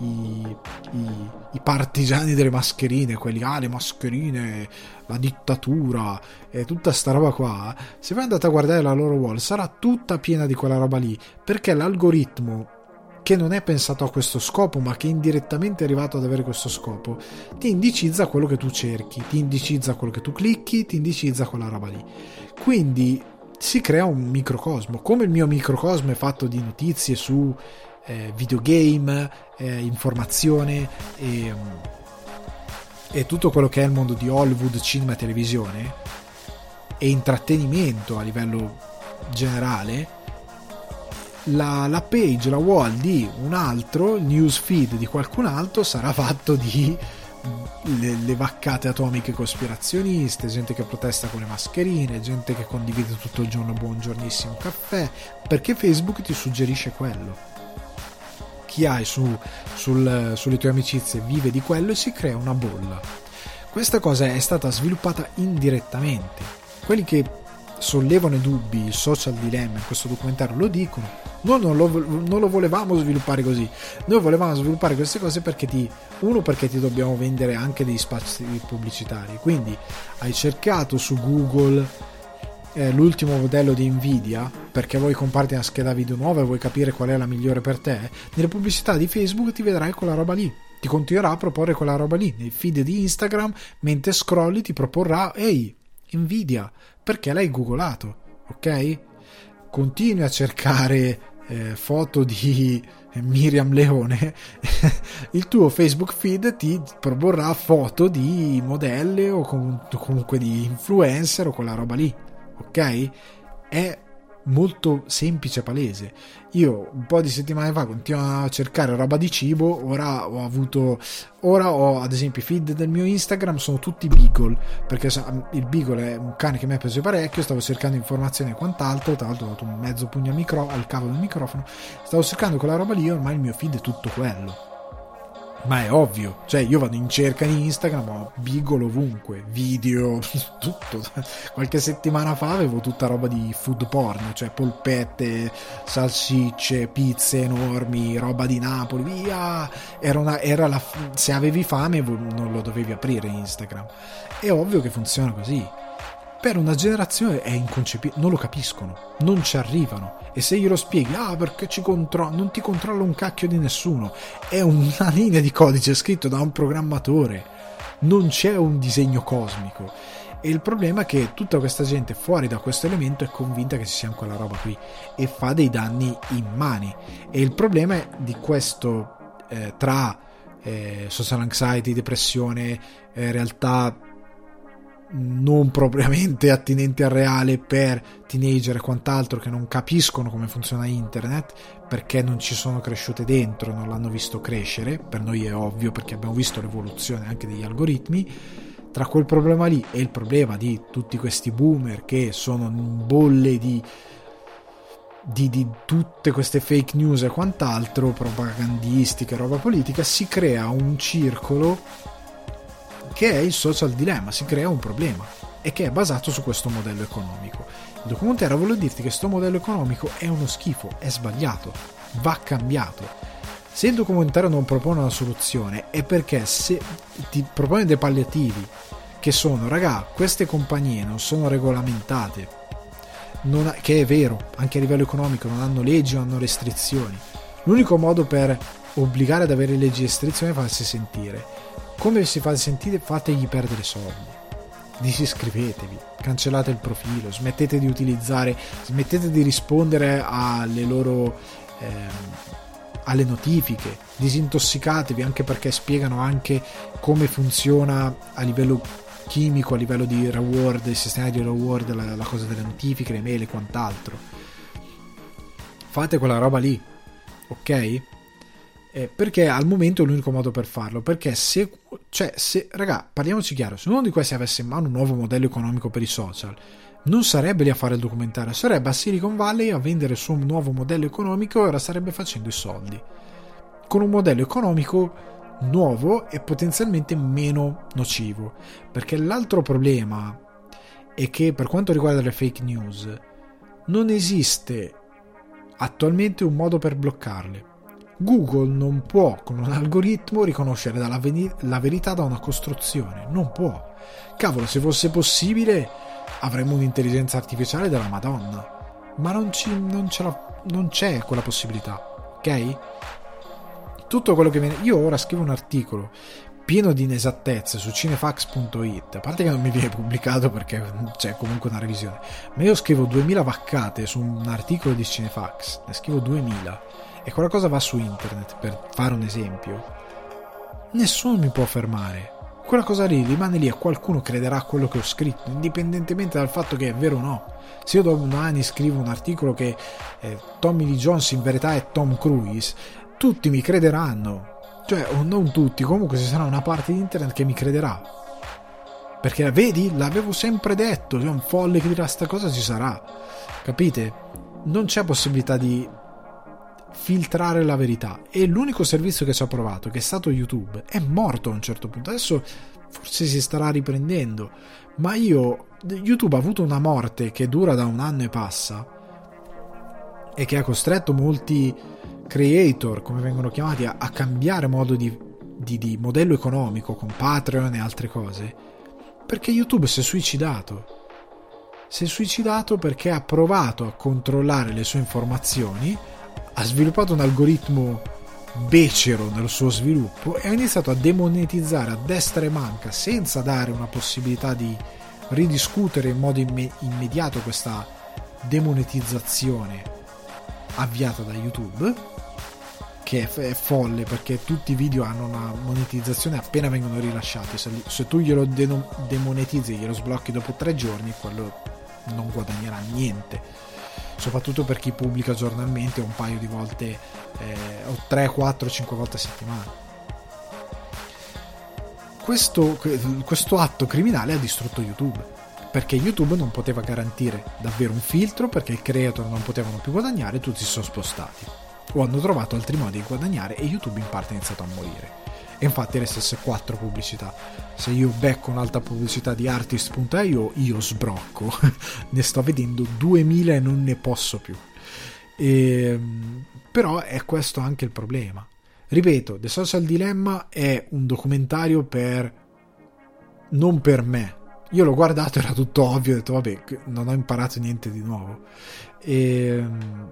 i partigiani delle mascherine, quelli le mascherine, la dittatura e tutta sta roba qua. Se voi andate a guardare la loro wall sarà tutta piena di quella roba lì, perché l'algoritmo, che non è pensato a questo scopo ma che indirettamente è arrivato ad avere questo scopo, ti indicizza quello che tu cerchi, ti indicizza quello che tu clicchi, ti indicizza quella roba lì. Quindi si crea un microcosmo, come il mio microcosmo è fatto di notizie su videogame, informazione e tutto quello che è il mondo di Hollywood, cinema e televisione e intrattenimento a livello generale. La page, la wall di un altro, il news feed di qualcun altro sarà fatto di le vaccate atomiche cospirazioniste, gente che protesta con le mascherine, gente che condivide tutto il giorno buongiornissimo caffè, perché Facebook ti suggerisce quello. Chi hai sulle tue amicizie vive di quello e si crea una bolla. Questa cosa è stata sviluppata indirettamente. Quelli che sollevano i dubbi, il social dilemma in questo documentario lo dicono. Noi non lo volevamo sviluppare così, noi volevamo sviluppare queste cose perché ti dobbiamo vendere anche degli spazi pubblicitari. Quindi hai cercato su Google l'ultimo modello di Nvidia perché vuoi comprarti una scheda video nuova e vuoi capire qual è la migliore per te. Nelle pubblicità di Facebook ti vedrai quella roba lì, ti continuerà a proporre quella roba lì. Nei feed di Instagram, mentre scrolli, ti proporrà ehi, Nvidia, perché l'hai googolato, ok? Continui a cercare foto di Miriam Leone, il tuo Facebook feed ti proporrà foto di modelle o comunque di influencer o quella roba lì, ok? È molto semplice, palese. Io un po' di settimane fa continuo a cercare roba di cibo, ora ho ad esempio i feed del mio Instagram sono tutti Beagle, perché il Beagle è un cane che mi è piaciuto parecchio, stavo cercando informazioni e quant'altro, tra l'altro ho dato un mezzo pugno al cavo del microfono, stavo cercando quella roba lì, ormai il mio feed è tutto quello. Ma è ovvio, cioè io vado in cerca di Instagram, ho Beagle ovunque, video, tutto. Qualche settimana fa avevo tutta roba di food porn, cioè polpette, salsicce, pizze enormi, roba di Napoli, via. Se avevi fame non lo dovevi aprire Instagram. È ovvio che funziona così. Per una generazione è inconcepibile, non lo capiscono, non ci arrivano. E se glielo spieghi, perché non ti controlla un cacchio di nessuno, è una linea di codice scritto da un programmatore, non c'è un disegno cosmico. E il problema è che tutta questa gente fuori da questo elemento è convinta che ci sia quella roba qui e fa dei danni immani. E il problema è di questo tra social anxiety, depressione, realtà non propriamente attinenti al reale per teenager e quant'altro che non capiscono come funziona internet perché non ci sono cresciute dentro, non l'hanno visto crescere. Per noi è ovvio perché abbiamo visto l'evoluzione anche degli algoritmi. Tra quel problema lì e il problema di tutti questi boomer che sono in bolle di tutte queste fake news e quant'altro, propagandistiche, roba politica, si crea un circolo che è il social dilemma, si crea un problema e che è basato su questo modello economico. Il documentario vuole dirti che questo modello economico è uno schifo, è sbagliato, va cambiato. Se il documentario non propone una soluzione è perché se ti propone dei palliativi che sono, raga, queste compagnie non sono regolamentate, che è vero, anche a livello economico non hanno leggi, non hanno restrizioni. L'unico modo per obbligare ad avere leggi e restrizioni è farsi sentire. Come si fa sentire? Fategli perdere soldi, disiscrivetevi, cancellate il profilo, smettete di rispondere alle loro alle notifiche, disintossicatevi, anche perché spiegano anche come funziona a livello chimico, a livello di reward, il sistema di reward, la cosa delle notifiche, le mail e quant'altro. Fate quella roba lì, ok? Perché al momento è l'unico modo per farlo, perché se raga, parliamoci chiaro, se uno di questi avesse in mano un nuovo modello economico per i social, non sarebbe lì a fare il documentario, sarebbe a Silicon Valley a vendere il suo nuovo modello economico e ora starebbe facendo i soldi con un modello economico nuovo e potenzialmente meno nocivo. Perché l'altro problema è che per quanto riguarda le fake news non esiste attualmente un modo per bloccarle. Google non può con un algoritmo riconoscere la verità da una costruzione, non può. Cavolo, se fosse possibile avremmo un'intelligenza artificiale della Madonna, ma non c'è quella possibilità, ok? Tutto quello che viene, io ora scrivo un articolo pieno di inesattezze su cinefax.it, a parte che non mi viene pubblicato perché c'è comunque una revisione, ma io scrivo 2000 vaccate su un articolo di Cinefax, ne scrivo 2000 e quella cosa va su internet, per fare un esempio, nessuno mi può fermare. Quella cosa lì rimane lì e qualcuno crederà a quello che ho scritto, indipendentemente dal fatto che è vero o no. Se io dopo 1 anno scrivo un articolo che Tommy Lee Jones in verità è Tom Cruise, tutti mi crederanno, cioè, o non tutti, comunque ci sarà una parte di internet che mi crederà, perché vedi, l'avevo sempre detto, c'è un folle che dirà sta cosa, ci sarà, capite? Non c'è possibilità di filtrare la verità, e l'unico servizio che ci ha provato, che è stato YouTube, è morto a un certo punto. Adesso forse si starà riprendendo, ma YouTube ha avuto una morte che dura da 1 anno e passa e che ha costretto molti creator, come vengono chiamati, a cambiare modo di modello economico con Patreon e altre cose, perché YouTube si è suicidato perché ha provato a controllare le sue informazioni, ha sviluppato un algoritmo becero nel suo sviluppo e ha iniziato a demonetizzare a destra e manca, senza dare una possibilità di ridiscutere in modo immediato questa demonetizzazione avviata da YouTube, che è folle, perché tutti i video hanno una monetizzazione appena vengono rilasciati. Se tu glielo demonetizzi, glielo sblocchi dopo 3 giorni, quello non guadagnerà niente, soprattutto per chi pubblica giornalmente un paio di volte o 3, 4, 5 volte a settimana. Questo atto criminale ha distrutto YouTube, perché YouTube non poteva garantire davvero un filtro, perché i creator non potevano più guadagnare, tutti si sono spostati o hanno trovato altri modi di guadagnare e YouTube in parte è iniziato a morire. E infatti le stesse 4 pubblicità, se io becco un'altra pubblicità di artist.io io sbrocco ne sto vedendo 2000 e non ne posso più. Però è questo anche il problema. Ripeto, The Social Dilemma è un documentario non per me. Io l'ho guardato, era tutto ovvio, ho detto vabbè, non ho imparato niente di nuovo. È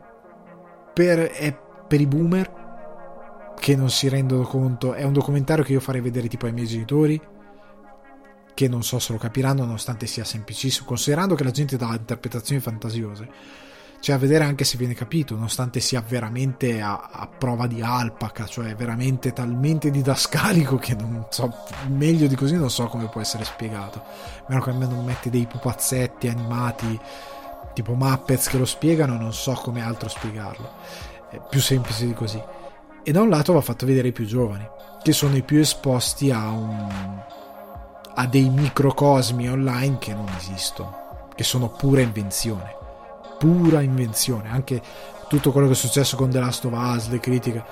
per i boomer che non si rendono conto. È un documentario che io farei vedere tipo ai miei genitori, che non so se lo capiranno, nonostante sia semplicissimo, considerando che la gente dà interpretazioni fantasiose, cioè a vedere anche se viene capito, nonostante sia veramente a prova di alpaca, cioè veramente talmente didascalico che non so, meglio di così non so come può essere spiegato, a meno che almeno non metti dei pupazzetti animati tipo Muppets che lo spiegano, non so come altro spiegarlo, è più semplice di così. E da un lato va fatto vedere i più giovani, che sono i più esposti a dei microcosmi online che non esistono, che sono pura invenzione, anche tutto quello che è successo con The Last of Us, le critiche,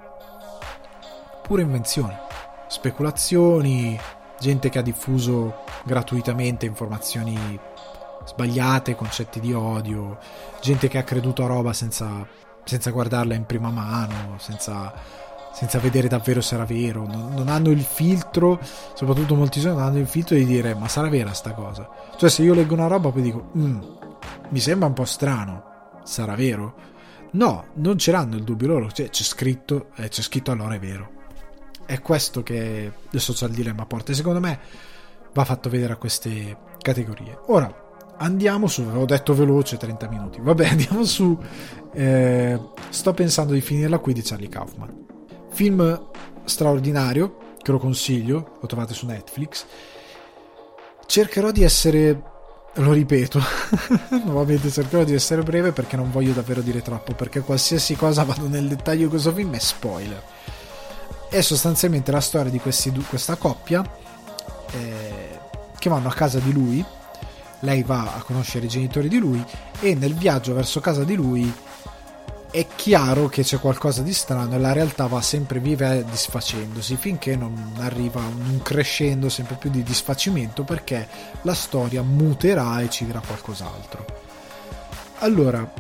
pura invenzione, speculazioni, gente che ha diffuso gratuitamente informazioni sbagliate, concetti di odio, gente che ha creduto a roba senza guardarla in prima mano, senza vedere davvero se era vero, non hanno il filtro, soprattutto molti giovani non hanno il filtro di dire ma sarà vera sta cosa, cioè se io leggo una roba poi dico mi sembra un po' strano, sarà vero? No, non ce l'hanno il dubbio loro, c'è scritto allora è vero. È questo che il social dilemma porta, e secondo me va fatto vedere a queste categorie. Ora andiamo su, avevo detto veloce 30 minuti, vabbè, andiamo su Sto pensando di finirla qui di Charlie Kaufman. Film straordinario, che lo consiglio, lo trovate su Netflix. Cercherò di essere, lo ripeto nuovamente, cercherò di essere breve perché non voglio davvero dire troppo, perché qualsiasi cosa vado nel dettaglio di questo film è spoiler. È sostanzialmente la storia di questa coppia che vanno a casa di lui. Lei va a conoscere i genitori di lui e nel viaggio verso casa di lui è chiaro che c'è qualcosa di strano e la realtà va sempre viva disfacendosi finché non arriva un crescendo sempre più di disfacimento, perché la storia muterà e ci dirà qualcos'altro. Allora,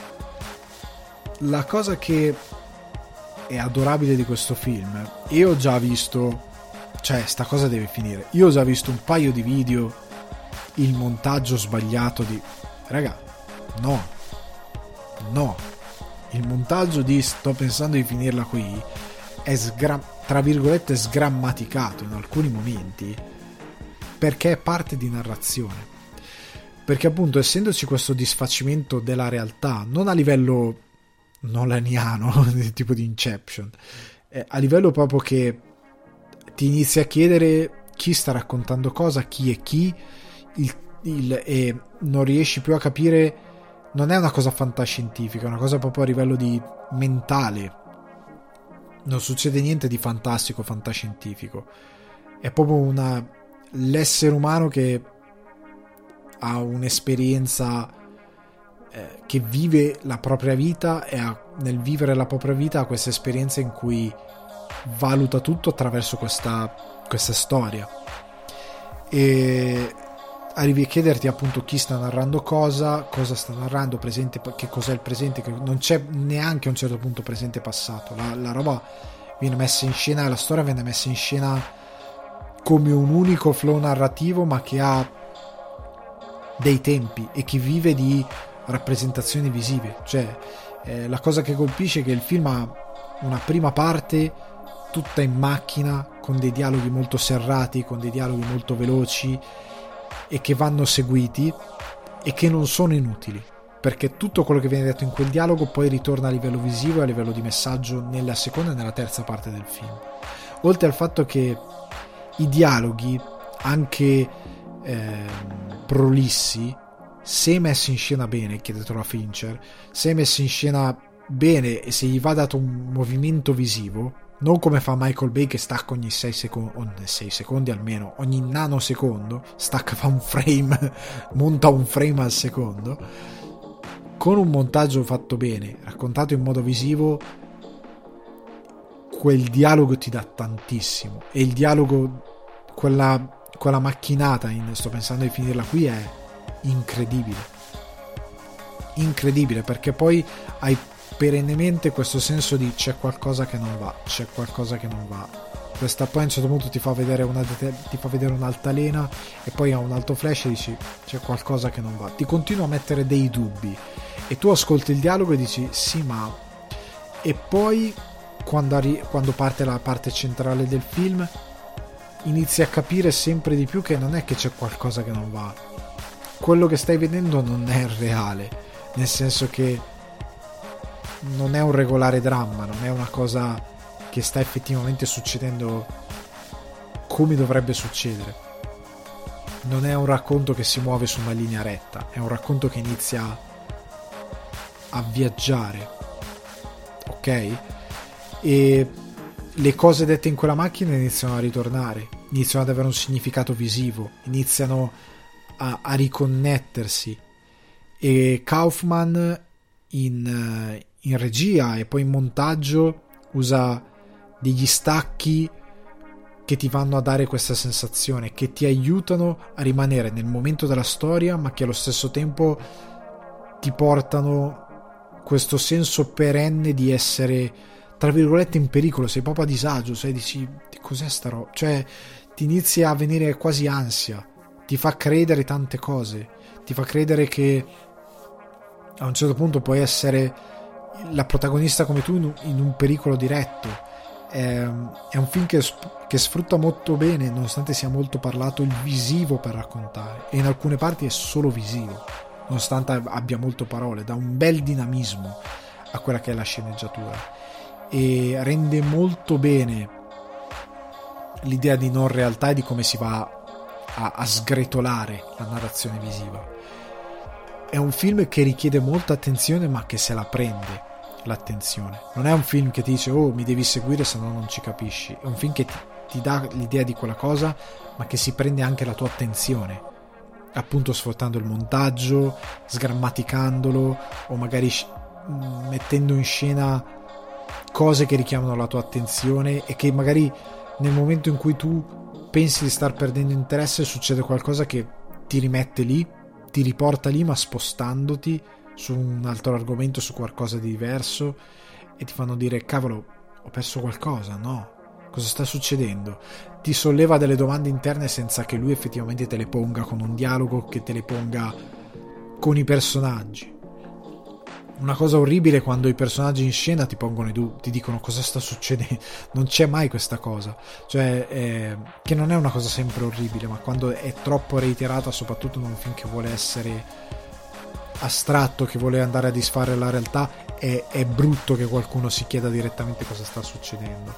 la cosa che è adorabile di questo film, io ho già visto, cioè sta cosa deve finire, io ho già visto un paio di video, il montaggio sbagliato di, raga, no, il montaggio di Sto pensando di finirla qui è tra virgolette sgrammaticato in alcuni momenti, perché è parte di narrazione, perché appunto essendoci questo disfacimento della realtà, non a livello nolaniano tipo di Inception, a livello proprio che ti inizi a chiedere chi sta raccontando cosa, chi è chi, e non riesci più a capire. Non è una cosa fantascientifica, è una cosa proprio a livello di mentale. Non succede niente di fantastico, fantascientifico. È proprio l'essere umano che ha un'esperienza, che vive la propria vita, e nel vivere la propria vita ha questa esperienza in cui valuta tutto attraverso questa storia. E arrivi a chiederti appunto chi sta narrando cosa sta narrando, presente, che cos'è il presente, che non c'è neanche a un certo punto presente e passato. La roba viene messa in scena, la storia viene messa in scena come un unico flow narrativo, ma che ha dei tempi e che vive di rappresentazioni visive. Cioè la cosa che colpisce è che il film ha una prima parte tutta in macchina, con dei dialoghi molto serrati, con dei dialoghi molto veloci e che vanno seguiti e che non sono inutili, perché tutto quello che viene detto in quel dialogo poi ritorna a livello visivo e a livello di messaggio nella seconda e nella terza parte del film. Oltre al fatto che i dialoghi, anche prolissi, se messi in scena bene, chiedetelo a Fincher, se messi in scena bene e se gli va dato un movimento visivo, non come fa Michael Bay che stacca ogni 6 secondi almeno, ogni nanosecondo stacca, fa un frame monta un frame al secondo, con un montaggio fatto bene, raccontato in modo visivo, quel dialogo ti dà tantissimo. E il dialogo, quella macchinata in Sto pensando di finirla qui, è incredibile, perché poi hai perennemente questo senso di c'è qualcosa che non va. Questa poi a un certo punto ti fa vedere un'altalena e poi a un altro flash e dici c'è qualcosa che non va, ti continua a mettere dei dubbi e tu ascolti il dialogo e dici sì, ma, e poi quando parte la parte centrale del film inizi a capire sempre di più che non è che c'è qualcosa che non va, quello che stai vedendo non è reale, nel senso che non è un regolare dramma, non è una cosa che sta effettivamente succedendo come dovrebbe succedere, non è un racconto che si muove su una linea retta, è un racconto che inizia a viaggiare, ok? E le cose dette in quella macchina iniziano a ritornare, iniziano ad avere un significato visivo, iniziano a riconnettersi, e Kaufman in regia e poi in montaggio usa degli stacchi che ti vanno a dare questa sensazione, che ti aiutano a rimanere nel momento della storia, ma che allo stesso tempo ti portano questo senso perenne di essere tra virgolette in pericolo, sei proprio a disagio, sai, dici cos'è sta roba, cioè ti inizia a venire quasi ansia, ti fa credere tante cose, ti fa credere che a un certo punto puoi essere la protagonista come tu in un pericolo diretto. È un film che sfrutta molto bene, nonostante sia molto parlato, il visivo per raccontare, e in alcune parti è solo visivo, nonostante abbia molto parole, dà un bel dinamismo a quella che è la sceneggiatura e rende molto bene l'idea di non realtà e di come si va a sgretolare la narrazione visiva. È un film che richiede molta attenzione, ma che se la prende l'attenzione. Non è un film che ti dice oh mi devi seguire se no non ci capisci. È un film che ti dà l'idea di quella cosa, ma che si prende anche la tua attenzione, appunto sfruttando il montaggio, sgrammaticandolo o magari mettendo in scena cose che richiamano la tua attenzione e che magari nel momento in cui tu pensi di star perdendo interesse succede qualcosa che ti rimette lì, ti riporta lì, ma spostandoti su un altro argomento, su qualcosa di diverso, e ti fanno dire cavolo, ho perso qualcosa, no? Cosa sta succedendo? Ti solleva delle domande interne senza che lui effettivamente te le ponga con un dialogo, che te le ponga con i personaggi. Una cosa orribile è quando i personaggi in scena ti pongono ti dicono cosa sta succedendo. Non c'è mai questa cosa, cioè che non è una cosa sempre orribile, ma quando è troppo reiterata, soprattutto in un film che vuole essere astratto, che vuole andare a disfare la realtà, è brutto che qualcuno si chieda direttamente cosa sta succedendo.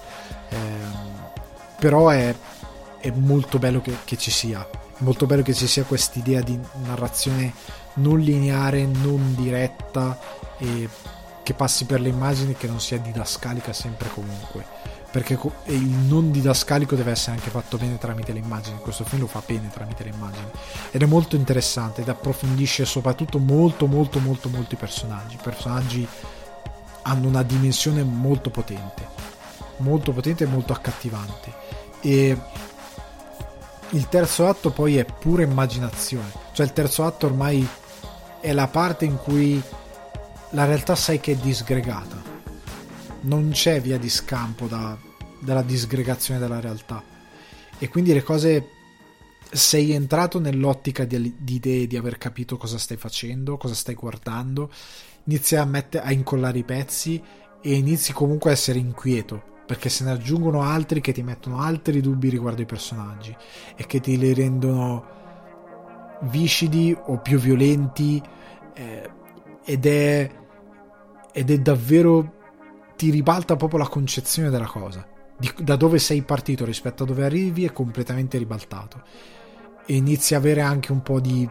Però è molto bello che ci sia, è molto bello che ci sia quest'idea di narrazione non lineare, non diretta, e che passi per le immagini, che non sia didascalica sempre comunque, perché il non didascalico deve essere anche fatto bene tramite le immagini. Questo film lo fa bene tramite le immagini ed è molto interessante ed approfondisce soprattutto molto i personaggi hanno una dimensione molto potente e molto accattivante, e il terzo atto poi è pura immaginazione. Cioè il terzo atto ormai è la parte in cui la realtà sai che è disgregata, non c'è via di scampo dalla disgregazione della realtà, e quindi le cose, sei entrato nell'ottica di idee, di aver capito cosa stai facendo, cosa stai guardando, inizi a incollare i pezzi e inizi comunque a essere inquieto, perché se ne aggiungono altri che ti mettono altri dubbi riguardo i personaggi e che ti li rendono viscidi o più violenti, ed è davvero, ti ribalta proprio la concezione della cosa, da dove sei partito rispetto a dove arrivi è completamente ribaltato, e inizi a avere anche un po' di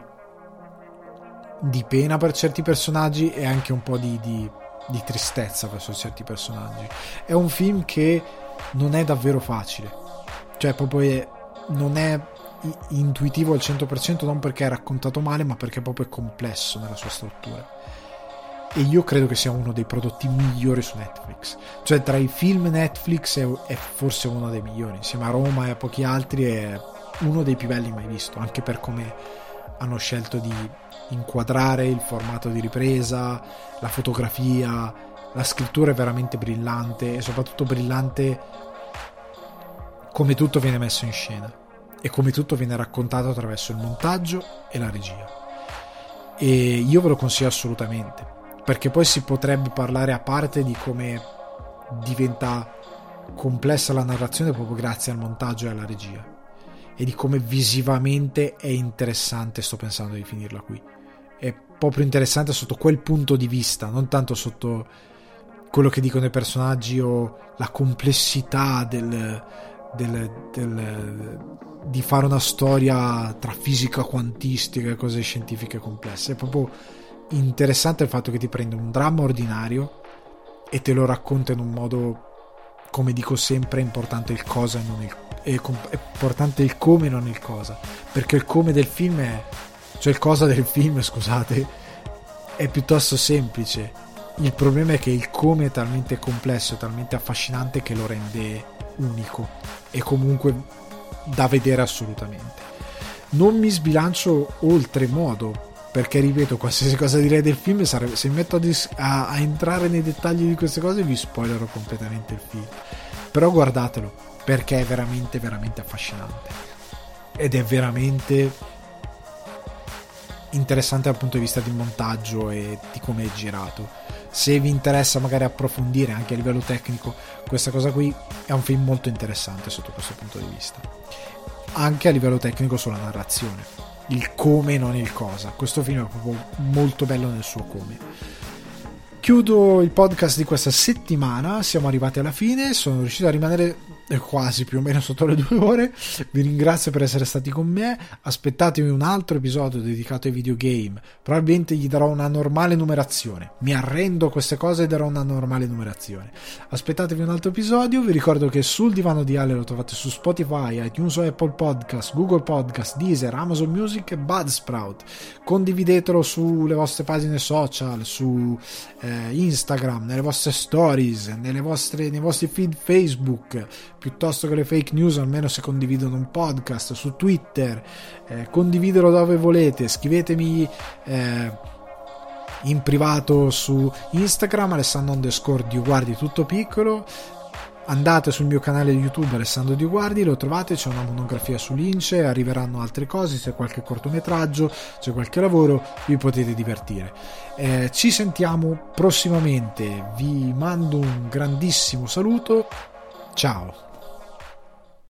pena per certi personaggi e anche un po' di tristezza verso certi personaggi. È un film che non è davvero facile, cioè proprio non è intuitivo al 100%, non perché è raccontato male, ma perché proprio è complesso nella sua struttura. E io credo che sia uno dei prodotti migliori su Netflix, cioè tra i film Netflix è forse uno dei migliori, insieme a Roma e a pochi altri è uno dei più belli mai visto, anche per come hanno scelto di inquadrare il formato di ripresa, la fotografia, la scrittura è veramente brillante, e soprattutto brillante come tutto viene messo in scena e come tutto viene raccontato attraverso il montaggio e la regia. E io ve lo consiglio assolutamente, perché poi si potrebbe parlare a parte di come diventa complessa la narrazione proprio grazie al montaggio e alla regia, e di come visivamente è interessante. Sto pensando di finirla qui, è proprio interessante sotto quel punto di vista, non tanto sotto quello che dicono i personaggi o la complessità di fare una storia tra fisica quantistica e cose scientifiche complesse. È proprio interessante il fatto che ti prende un dramma ordinario e te lo racconta in un modo, come dico sempre, è importante il cosa e non è importante il come, non il cosa, perché il come del film il cosa del film, scusate, è piuttosto semplice. Il problema è che il come è talmente complesso e talmente affascinante che lo rende unico e comunque da vedere assolutamente. Non mi sbilancio oltremodo, perché ripeto, qualsiasi cosa direi del film sarebbe, se mi metto a entrare nei dettagli di queste cose vi spoilerò completamente il film. Però guardatelo, perché è veramente affascinante ed è veramente interessante dal punto di vista di montaggio e di come è girato. Se vi interessa magari approfondire anche a livello tecnico questa cosa qui, è un film molto interessante sotto questo punto di vista, anche a livello tecnico sulla narrazione, il come non il cosa. Questo film è proprio molto bello nel suo come. Chiudo il podcast di questa settimana, siamo arrivati alla fine, sono riuscito a rimanere quasi più o meno sotto le 2 ore. Vi ringrazio per essere stati con me, aspettatevi un altro episodio dedicato ai videogame, probabilmente gli darò una normale numerazione, mi arrendo a queste cose e darò una normale numerazione. Aspettatevi un altro episodio. Vi ricordo che Sul Divano di Ale lo trovate su Spotify, iTunes, Apple Podcast, Google Podcast, Deezer, Amazon Music e Buzzsprout. Condividetelo sulle vostre pagine social, su Instagram, nelle vostre stories, nei vostri feed Facebook, piuttosto che le fake news, almeno se condividono un podcast, su Twitter, condividelo dove volete, scrivetemi in privato su Instagram, Alessandro_Dioguardi tutto piccolo. Andate sul mio canale YouTube Alessandro Dioguardi, lo trovate, c'è una monografia su Lince, arriveranno altre cose, c'è qualche cortometraggio, c'è qualche lavoro, vi potete divertire. Ci sentiamo prossimamente, vi mando un grandissimo saluto, ciao.